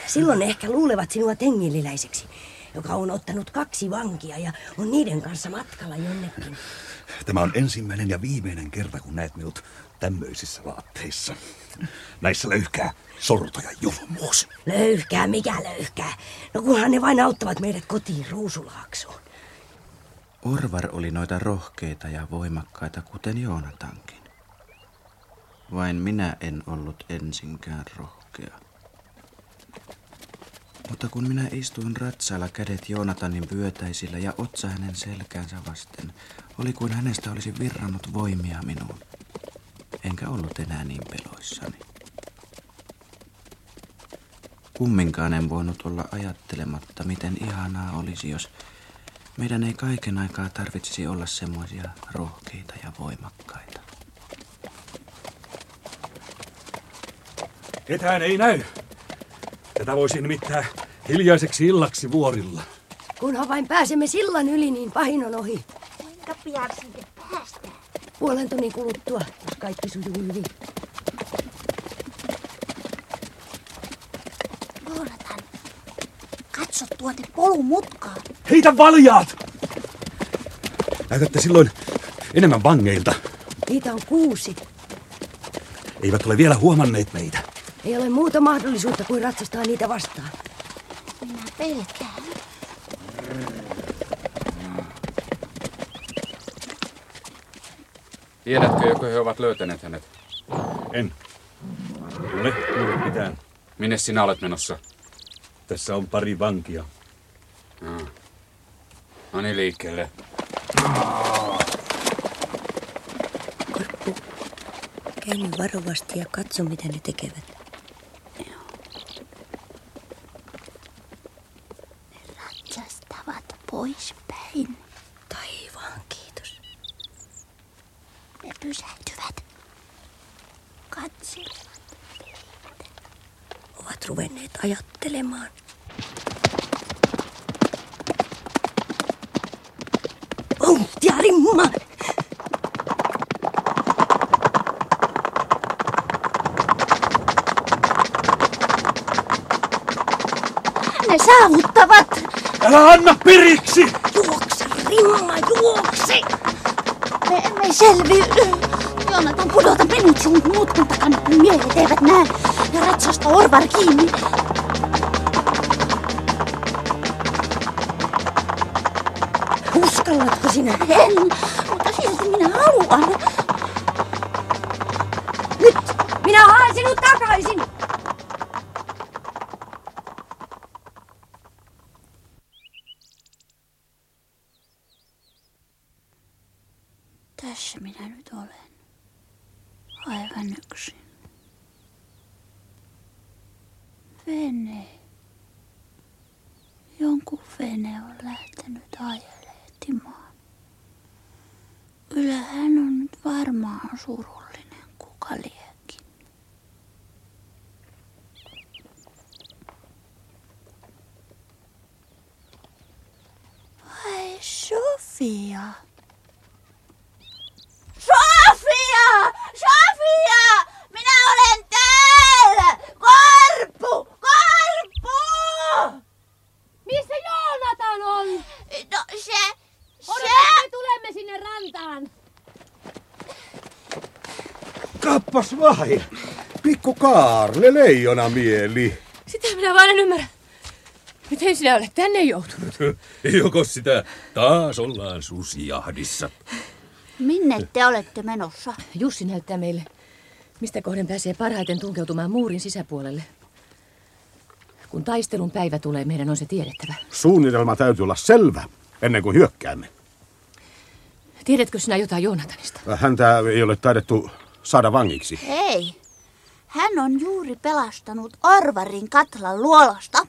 Silloin ne ehkä luulevat sinua tengililäiseksi, joka on ottanut 2 vankia ja on niiden kanssa matkalla jonnekin. Tämä on ensimmäinen ja viimeinen kerta, kun näet minut tämmöisissä vaatteissa. Näissä löyhkää sorto ja julmuus. Löyhkää, mikä löyhkää? No kunhan ne vain auttavat meidät kotiin Ruusulaaksoon. Orvar oli noita rohkeita ja voimakkaita, kuten Joonatankin. Vain minä en ollut ensinkään rohkea. Mutta kun minä istuin ratsailla kädet Joonatanin vyötäisillä ja otsa hänen selkäänsä vasten, oli kuin hänestä olisi virrannut voimia minuun. Enkä ollut enää niin peloissani. Kumminkaan en voinut olla ajattelematta, miten ihanaa olisi, jos meidän ei kaiken aikaa tarvitsisi olla semmoisia rohkeita ja voimakkaita. Ketään ei näy. Tätä voisi nimittää hiljaiseksi illaksi vuorilla. Kunhan vain pääsemme sillan yli, niin pahin on ohi. Kuinka pian sinne päästään? 1,5 tunnin kuluttua, jos kaikki sujuu hyvin. Joonatan, katso tuonne polumutkaan. Heitä valjaat! Näytätte silloin enemmän vangeilta. Niitä on 6. Eivät ole vielä huomanneet meitä. Ei ole muuta mahdollisuutta kuin ratsastaa niitä vastaan. Minä pelkään. Tiedätkö, joko he ovat löytäneet hänet? En ole kuullut mitään. Minne sinä olet menossa? Tässä on 2 vankia. No niin, liikkeelle. Korppu, käy varovasti ja katso, mitä ne tekevät. Ne ratsastavat poispäin. Taivaan kiitos. Ne pysähtyvät. Katselevat. Ovat ruvenneet ajattelemaan. Vauhtia, rimma! Ne saavuttavat! Älä anna periksi! Juokse, rimma, juokse! Me emme selviydy. Joonatan, pudota minut sinun mutkan takana, kun miehet eivät näe. Ja ratsasta Orvar kiinni. Uskallatko sinä? En, mutta silti minä haluan. Nyt! Minä haen sinut takaisin! Tässä minä nyt olen. Aivan yksin. Vene. Jonkun vene on lähtenyt ajelehtimaan. Kyllä hän on nyt varmaan surullinen, kuka liekin. Ai Sofia. Sofia! Sofia! Minä olen täällä! Korppu! Korppu! Missä Joonatan on? No se... Me tulemme sinne rantaan. Kappas vain. Pikku Kaarle, leijona mieli. Sitä minä vaan en ymmärrä. Miten sinä olet tänne joutunut? Joko sitä taas ollaan susijahdissa? Minne te olette menossa? Jussi näyttää meille, mistä kohden pääsee parhaiten tunkeutumaan muurin sisäpuolelle. Kun taistelun päivä tulee, meidän on se tiedettävä. Suunnitelma täytyy olla selvä, ennen kuin hyökkäämme. Tiedätkö sinä jotain Joonatanista? Häntä ei ole taidettu saada vangiksi. Ei. Hän on juuri pelastanut Orvarin Katlan luolasta.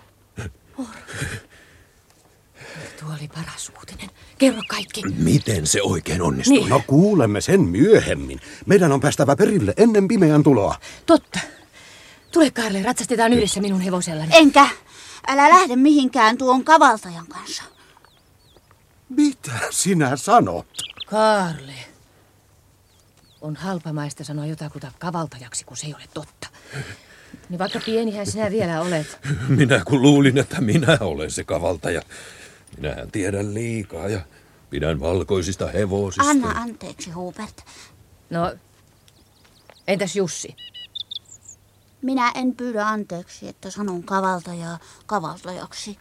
Tuo oli paras uutinen. Kerro kaikki. Miten se oikein onnistui? Niin. No kuulemme sen myöhemmin. Meidän on päästävä perille ennen pimeän tuloa. Totta. Tule Kaarle, ratsastetaan yhdessä minun hevosellani. Enkä. Älä lähde mihinkään tuon kavaltajan kanssa. Mitä sinä sanot? Kaarle. On halpamaista sanoa jotakuta kavaltajaksi, kun se ei ole totta. Niin vaikka pienihän sinä vielä olet. Minä kun luulin, että minä olen se kavaltaja. Minähän tiedän liikaa ja pidän valkoisista hevosista. Anna anteeksi, Hubert. No, entäs Jussi? Minä en pyydä anteeksi, että sanon kavaltajaa kavaltajaksi.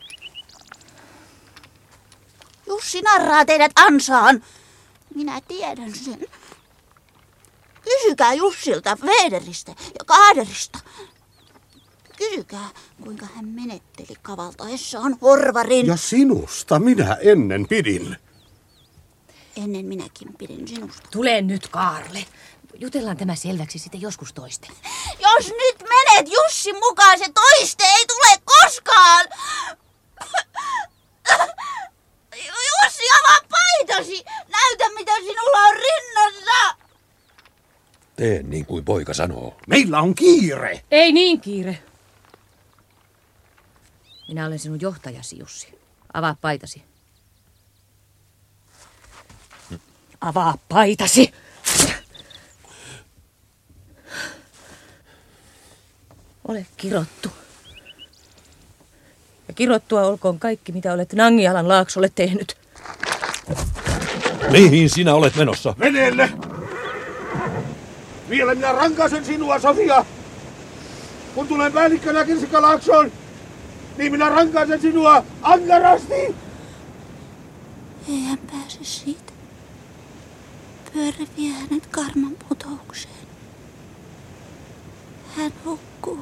Jussi narraa teidät ansaan. Minä tiedän sen. Kysykää Jussilta Vederistä ja Kaaderista. Kysykää, kuinka hän menetteli kavaltaessaan Horvarin. Ja sinusta minä ennen pidin. Ennen minäkin pidin sinusta. Tule nyt, Kaarle. Jutellaan tämä selväksi sitten joskus toiste. Jos nyt menet Jussin mukaan, se toiste ei tule koskaan. Jussi, avaa paitasi. Näytä, mitä sinulla on rinnassa. Tee niin kuin poika sanoo. Meillä on kiire. Ei niin kiire. Minä olen sinun johtajasi, Jussi. Avaa paitasi. Avaa paitasi. Ole kirottu. Ja kirottua olkoon kaikki, mitä olet Nangialan laaksolle tehnyt. Mihin sinä olet menossa? Veneelle! Vielä minä rankaisen sinua, Sofia! Kun tulen päällikkönä Kirsikkalaaksoon, niin minä rankaisen sinua ankarasti! Ei hän pääse siitä. Pyörä vie hänet karman putoukseen. Hän hukkuu.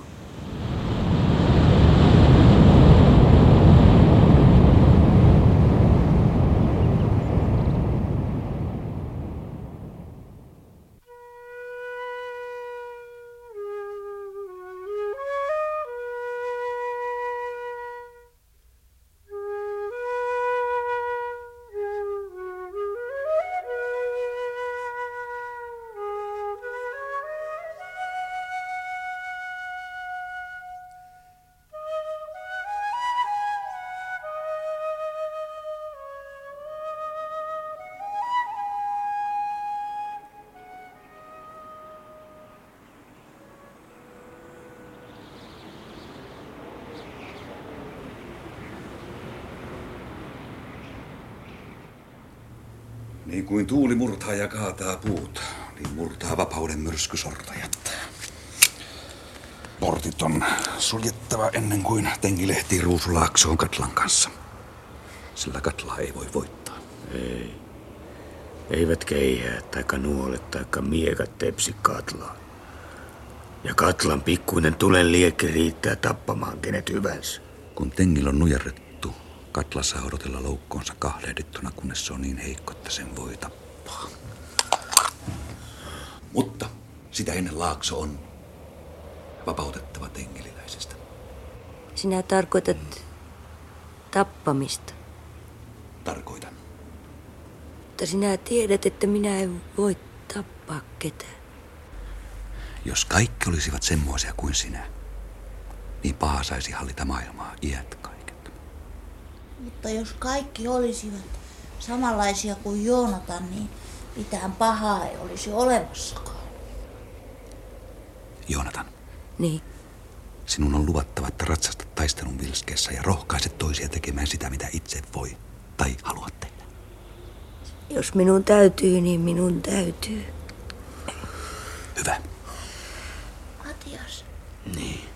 Niin kuin tuuli murtaa ja kaataa puut, niin murtaa vapauden myrskysortajat. Portit on suljettava ennen kuin Tengil ehtii Ruusulaaksoon Katlan kanssa. Sillä Katlaa ei voi voittaa. Ei. Eivät keihäät, taikka nuolet, taikka miekat tepsi Katlaa. Ja Katlan pikkuinen tulen liekki riittää tappamaan kenet hyvänsä. Kun Tengil on nujerrettu, Katla saa odotella loukkoonsa kahlehdittuna, kunnes se on niin heikko, että sen voi tappaa. Mutta sitä ennen Laakso on vapautettava tengeliläisestä. Sinä tarkoitat tappamista. Tarkoitan. Mutta sinä tiedät, että minä en voi tappaa ketään. Jos kaikki olisivat semmoisia kuin sinä, niin paha saisi hallita maailmaa iät kaiket. Mutta jos kaikki olisivat samanlaisia kuin Joonatan, niin mitään pahaa ei olisi olemassakaan. Joonatan. Niin. Sinun on luvattava, että ratsastat taistelun vilskeessä ja rohkaiset toisia tekemään sitä, mitä itse voi tai haluat tehdä. Jos minun täytyy, niin minun täytyy. Hyvä. Matias. Niin.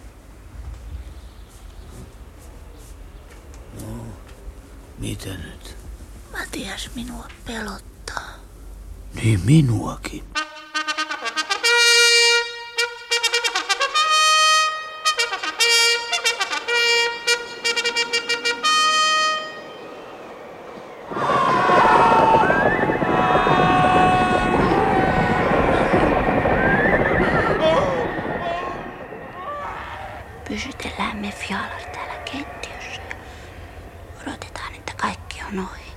No, mitä nyt? Matias, minua pelottaa. Niin minuakin. Pysytellään me Fjalar täällä keittiössä ja odotetaan, että kaikki on ohi.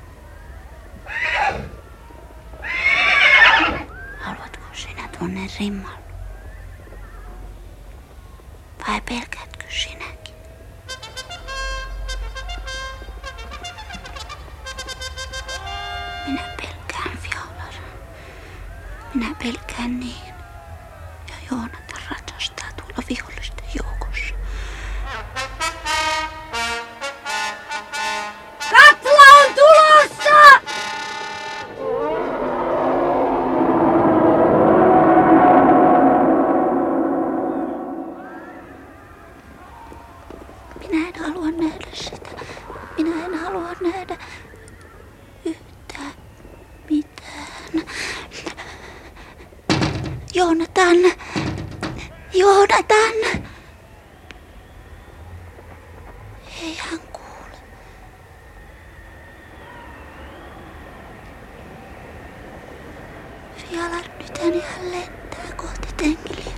Haluatko sinä tuonne rimmalle? Vai pelkäätkö sinäkin? Minä pelkään, Fjalar. Minä pelkään niin. Ja Joonatan ratsastaa tuolla vihollista Joonatan! Joonatan! Ei hän kuule. Fialar, nyt hän lentää kohti Tengiliä.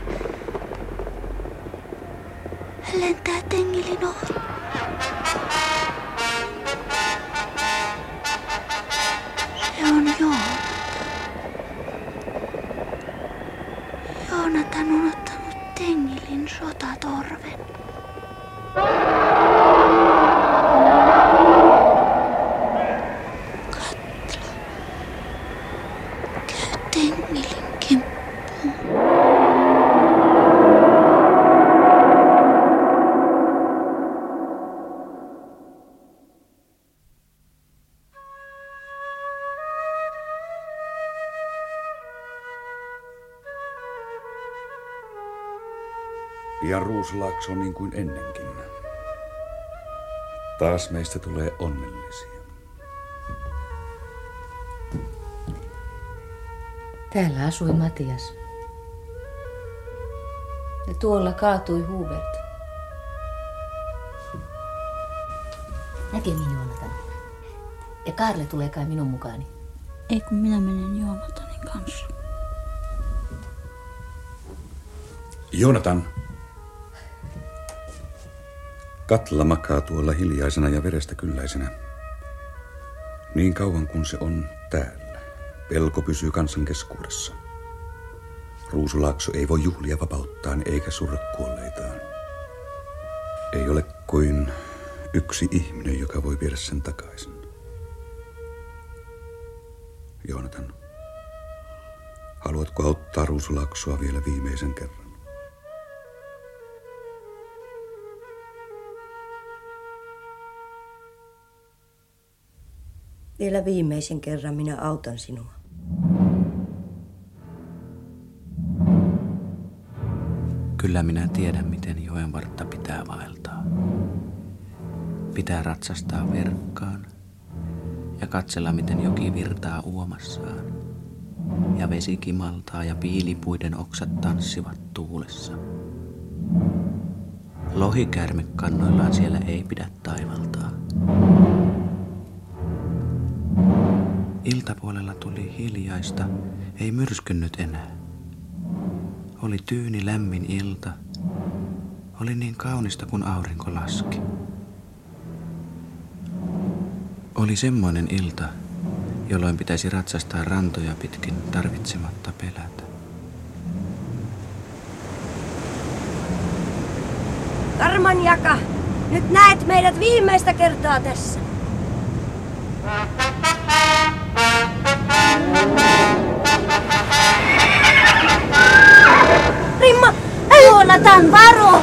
Hän lentää Tengilin ohi. Se on Joonatan. Joonatan on ottanut Tengilin sotatorven. Katla. Käy Tengilin kimppuun. Pian Ruusulaakso on niin kuin ennenkin. Taas meistä tulee onnellisia. Täällä asui Matias. Ja tuolla kaatui Hubert. Näkemiin, Joonatan. Ja Kaarle tulee kai minun mukaani. Ei kun minä menen Joonatanin kanssa. Joonatan. Katla makaa tuolla hiljaisena ja verestä kylläisenä. Niin kauan kuin se on täällä, pelko pysyy kansan keskuudessa. Ruusulaakso ei voi juhlia vapauttaan eikä surra kuolleitaan. Ei ole kuin yksi ihminen, joka voi viedä sen takaisin. Joonatan, haluatko auttaa Ruusulaaksoa vielä viimeisen kerran? Vielä viimeisen kerran minä autan sinua. Kyllä minä tiedän, miten joenvartta pitää vaeltaa. Pitää ratsastaa verkkaan ja katsella, miten joki virtaa uomassaan. Ja vesi kimaltaa ja piilipuiden oksat tanssivat tuulessa. Lohikäärmekannoillaan siellä ei pidä taivaltaa. Iltapuolella tuli hiljaista, ei myrskynyt enää. Oli tyyni lämmin ilta. Oli niin kaunista, kun aurinko laski. Oli semmoinen ilta, jolloin pitäisi ratsastaa rantoja pitkin tarvitsematta pelätä. Karmanjaka, nyt näet meidät viimeistä kertaa tässä. Rimma! Joonatan, varo!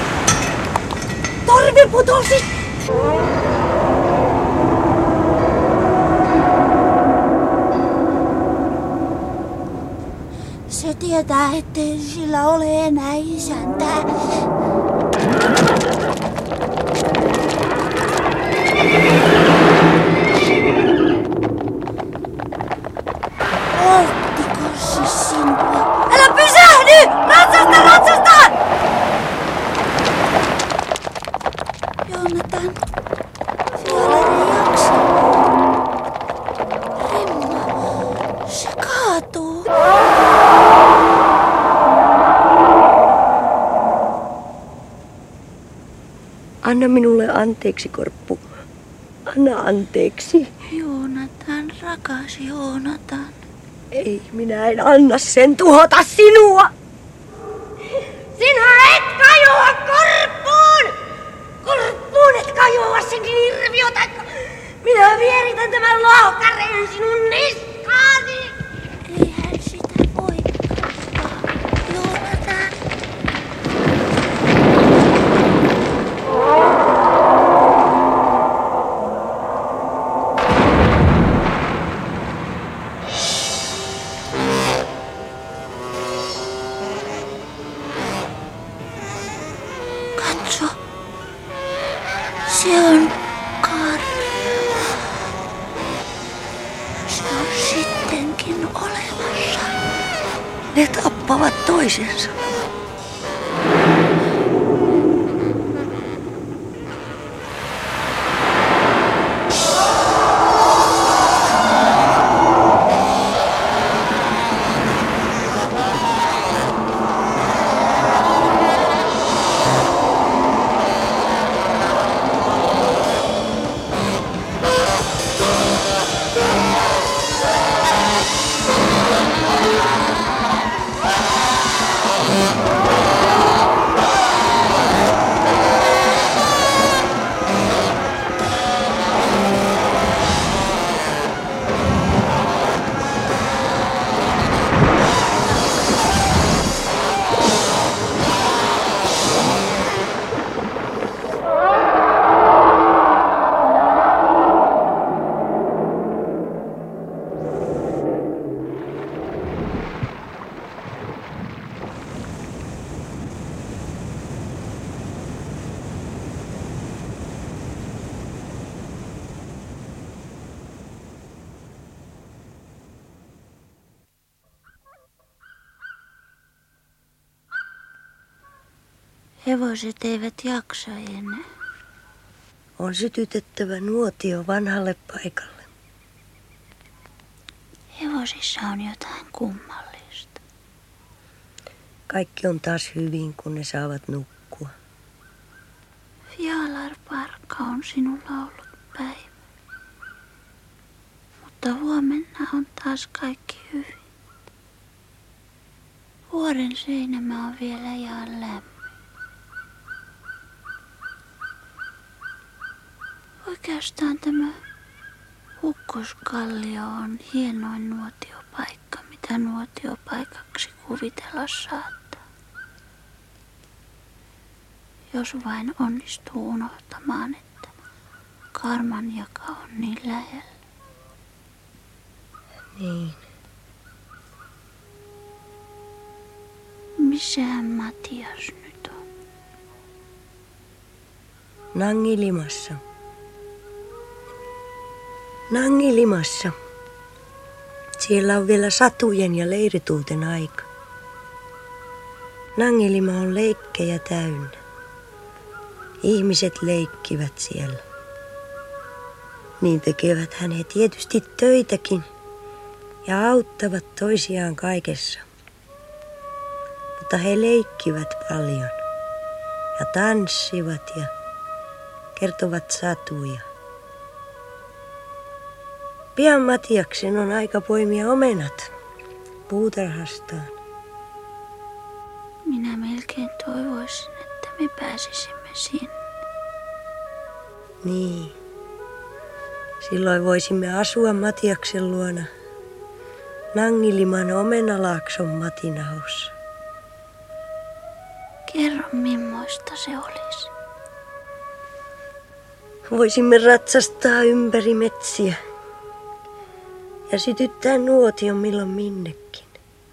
Torvi putosi! Se tietää, ettei sillä ole enää isäntää. Ottiko se sinua? Älä pysähdy! Ratsasta, ratsasta! Joonatan, Fialar ei jaksa. Rimma, se kaatuu. Anna minulle anteeksi, Korppu. Anna anteeksi. Joonatan, rakas Joonatan. Ei, minä en anna sen tuhota sinua. Sinä et kajoa Korppuun! Korppuun et kajoa sen hirviötä. Minä vieritän tämän lohkareen sinun niskaasi. Eihän sitä voi katsoa, Joonatan. Katso, se on Karla. tappavat toisensa. Hevoset eivät jaksa enää. On sytytettävä nuotio vanhalle paikalle. Hevosissa on jotain kummallista. Kaikki on taas hyvin, kun ne saavat nukkua. Fjalar Parkka on sinulla ollut päivä. Mutta huomenna on taas kaikki hyvin. Vuoren seinämä on vielä ihan lämmin. Oikeastaan tämä Ukkoskallio on hienoin nuotiopaikka, mitä nuotiopaikaksi kuvitella saattaa. Jos vain onnistuu unohtamaan, että Karmanjaka on niin lähellä. Niin. Missähän Matias nyt on? Nangilimassa. Nangilimassa. Siellä on vielä satujen ja leirituuten aika. Nangilima on leikkejä täynnä. Ihmiset leikkivät siellä. Niin tekevät he tietysti töitäkin ja auttavat toisiaan kaikessa. Mutta he leikkivät paljon ja tanssivat ja kertovat satuja. Pian Matiaksen on aika poimia omenat puutarhastaan. Minä melkein toivoisin, että me pääsisimme sinne. Niin. Silloin voisimme asua Matiaksen luona Nangiliman omenalaakson Matinaussa. Kerro, mimmoista se olisi. Voisimme ratsastaa ympäri metsiä ja sytyttää nuotion milloin minnekin.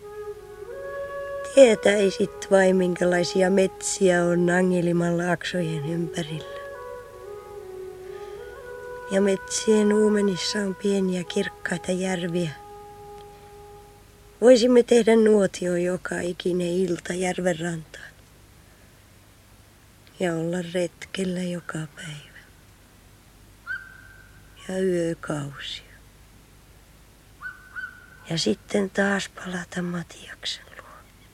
Tietäisit vain, minkälaisia metsiä on Nangiliman laaksojen ympärillä. Ja metsien uumenissa on pieniä kirkkaita järviä. Voisimme tehdä nuotio joka ikinen ilta järven rantaan ja olla retkellä joka päivä ja yökausia. Ja sitten taas palata Matiaksen luo.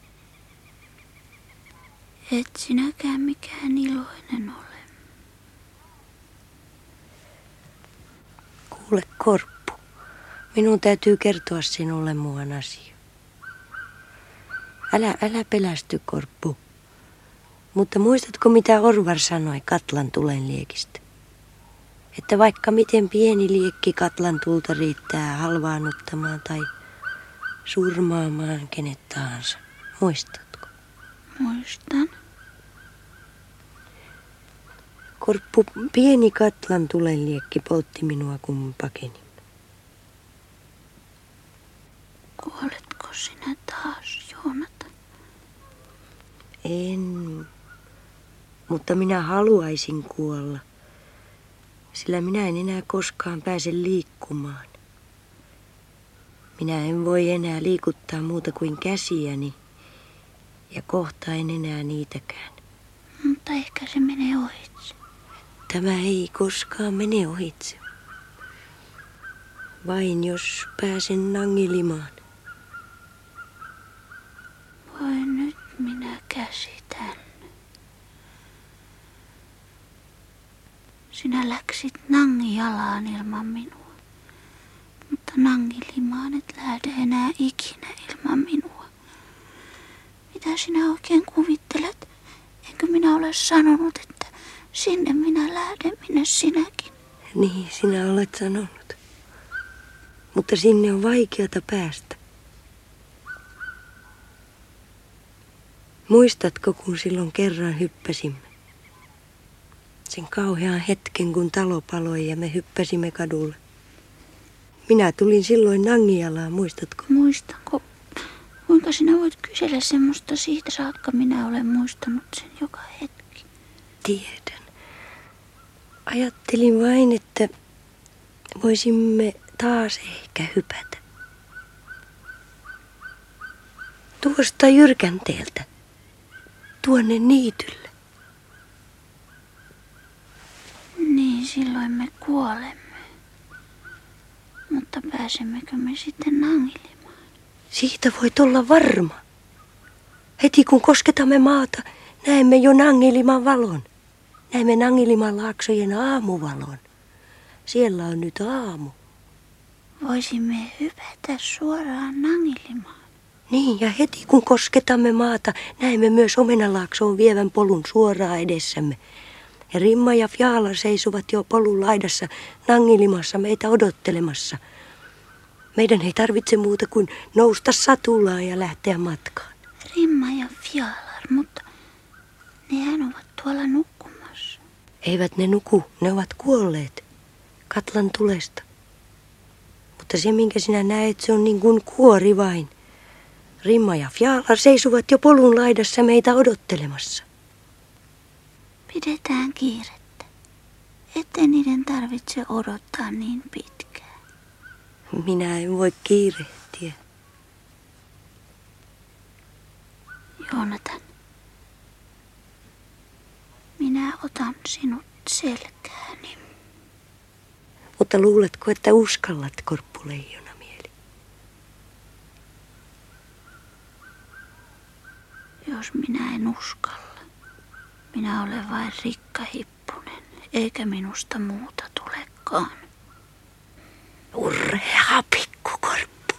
Et sinäkään mikään iloinen ole. Kuule, Korppu, minun täytyy kertoa sinulle muuan asia. Älä pelästy, Korppu. Mutta muistatko, mitä Orvar sanoi Katlan tulen liekistä? Että vaikka miten pieni liekki Katlan tulta riittää halvaannuttamaan tai surmaamaan kenet tahansa. Muistatko? Muistan. Korppu, pieni Katlan tulen liekki poltti minua, kun pakenimme. Kuoletko sinä taas, Joonatan? En, mutta minä haluaisin kuolla, sillä minä en enää koskaan pääse liikkumaan. Minä en voi enää liikuttaa muuta kuin käsiäni Ja kohta en enää niitäkään. Mutta ehkä se menee ohitse. Tämä ei koskaan mene ohitse. Vain jos pääsen Nangilimaan. Voi nyt minä käsitän. Sinä läksit Nangialaan ilman minua. Mutta Nangilimaan et lähde enää ikinä ilman minua. Mitä sinä oikein kuvittelet? Enkö minä ole sanonut, että sinne minä lähden, minne sinäkin? Niin, sinä olet sanonut. Mutta sinne on vaikeata päästä. Muistatko, kun silloin kerran hyppäsimme? Sen kauhean hetken, kun talo paloi ja me hyppäsimme kadulle. Minä tulin silloin Nangialaan, muistatko? Muistanko? Kuinka sinä voit kysellä semmoista siitä saakka? Minä olen muistanut sen joka hetki. Tiedän. Ajattelin vain, että voisimme taas ehkä hypätä. Tuosta Jyrkänteeltä. Tuonne niitylle. Niin, silloin me kuolemme. Mutta pääsemmekö me sitten Nangilimaan? Siitä voit olla varma. Heti kun kosketamme maata, näemme jo Nangiliman valon. Näemme Nangiliman laaksojen aamuvalon. Siellä on nyt aamu. Voisimme hypätä suoraan Nangilimaan. Niin, ja heti kun kosketamme maata, näemme myös Omenalaaksoon vievän polun suoraan edessämme. Ja Rimma ja Fjaala seisovat jo polun laidassa Nangilimassa meitä odottelemassa. Meidän ei tarvitse muuta kuin nousta satulaan ja lähteä matkaan. Rimma ja Fjalar, mutta nehän ovat tuolla nukkumassa. Eivät ne nuku, ne ovat kuolleet Katlan tulesta. Mutta se, minkä sinä näet, se on niin kuin kuori vain. Rimma ja Fjalar seisuvat jo polun laidassa meitä odottelemassa. Pidetään kiirettä, ettei niiden tarvitse odottaa niin pitkään. Minä en voi kiirehtiä. Joonatan, minä otan sinut selkääni. Mutta luuletko, että uskallat, korppuleijonamieli? Jos minä en uskalla, minä olen vain rikkahippunen, eikä minusta muuta tulekaan. Urhea pikkukorppu.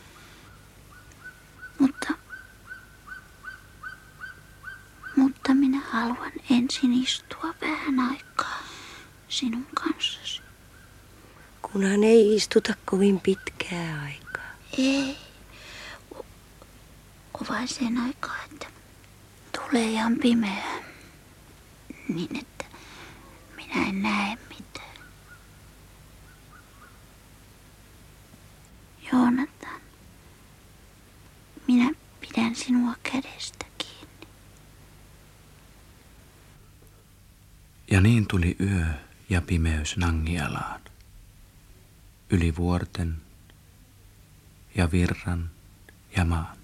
Mutta minä haluan ensin istua vähän aikaa sinun kanssasi. Kunhan ei istuta kovin pitkää aikaa. Ei. Vain sen aikaa, että tulee ihan pimeää. Niin, että minä en näe mitään. Joonatan, minä pidän sinua kädestä kiinni. Ja niin tuli yö ja pimeys Nangialaan. Yli vuorten ja virran ja maan.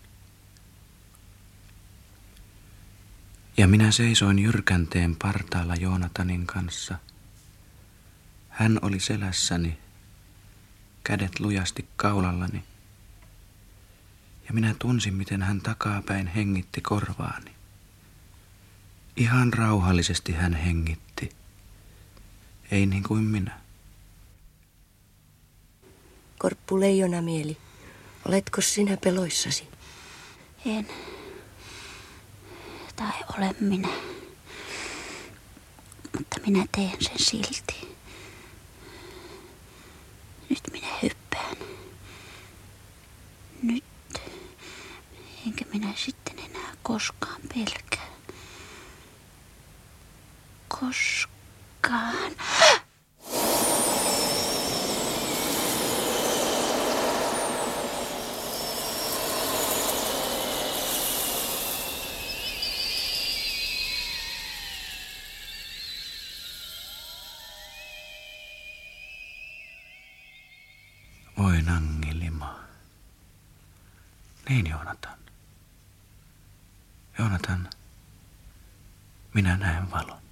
Ja minä seisoin Jyrkänteen partaalla Joonatanin kanssa. Hän oli selässäni, kädet lujasti kaulallani. Ja minä tunsin, miten hän takapäin hengitti korvaani. Ihan rauhallisesti hän hengitti. Ei niin kuin minä. Korppuleijonamieli, oletko sinä peloissasi? En. Tai olen minä. Mutta minä teen sen silti. Nyt minä hyppään. Nyt. Enkä minä sitten enää koskaan pelkää. Koskaan. Oi Nangilima. Niin, Joonatan. Joonatan, minä näen valon.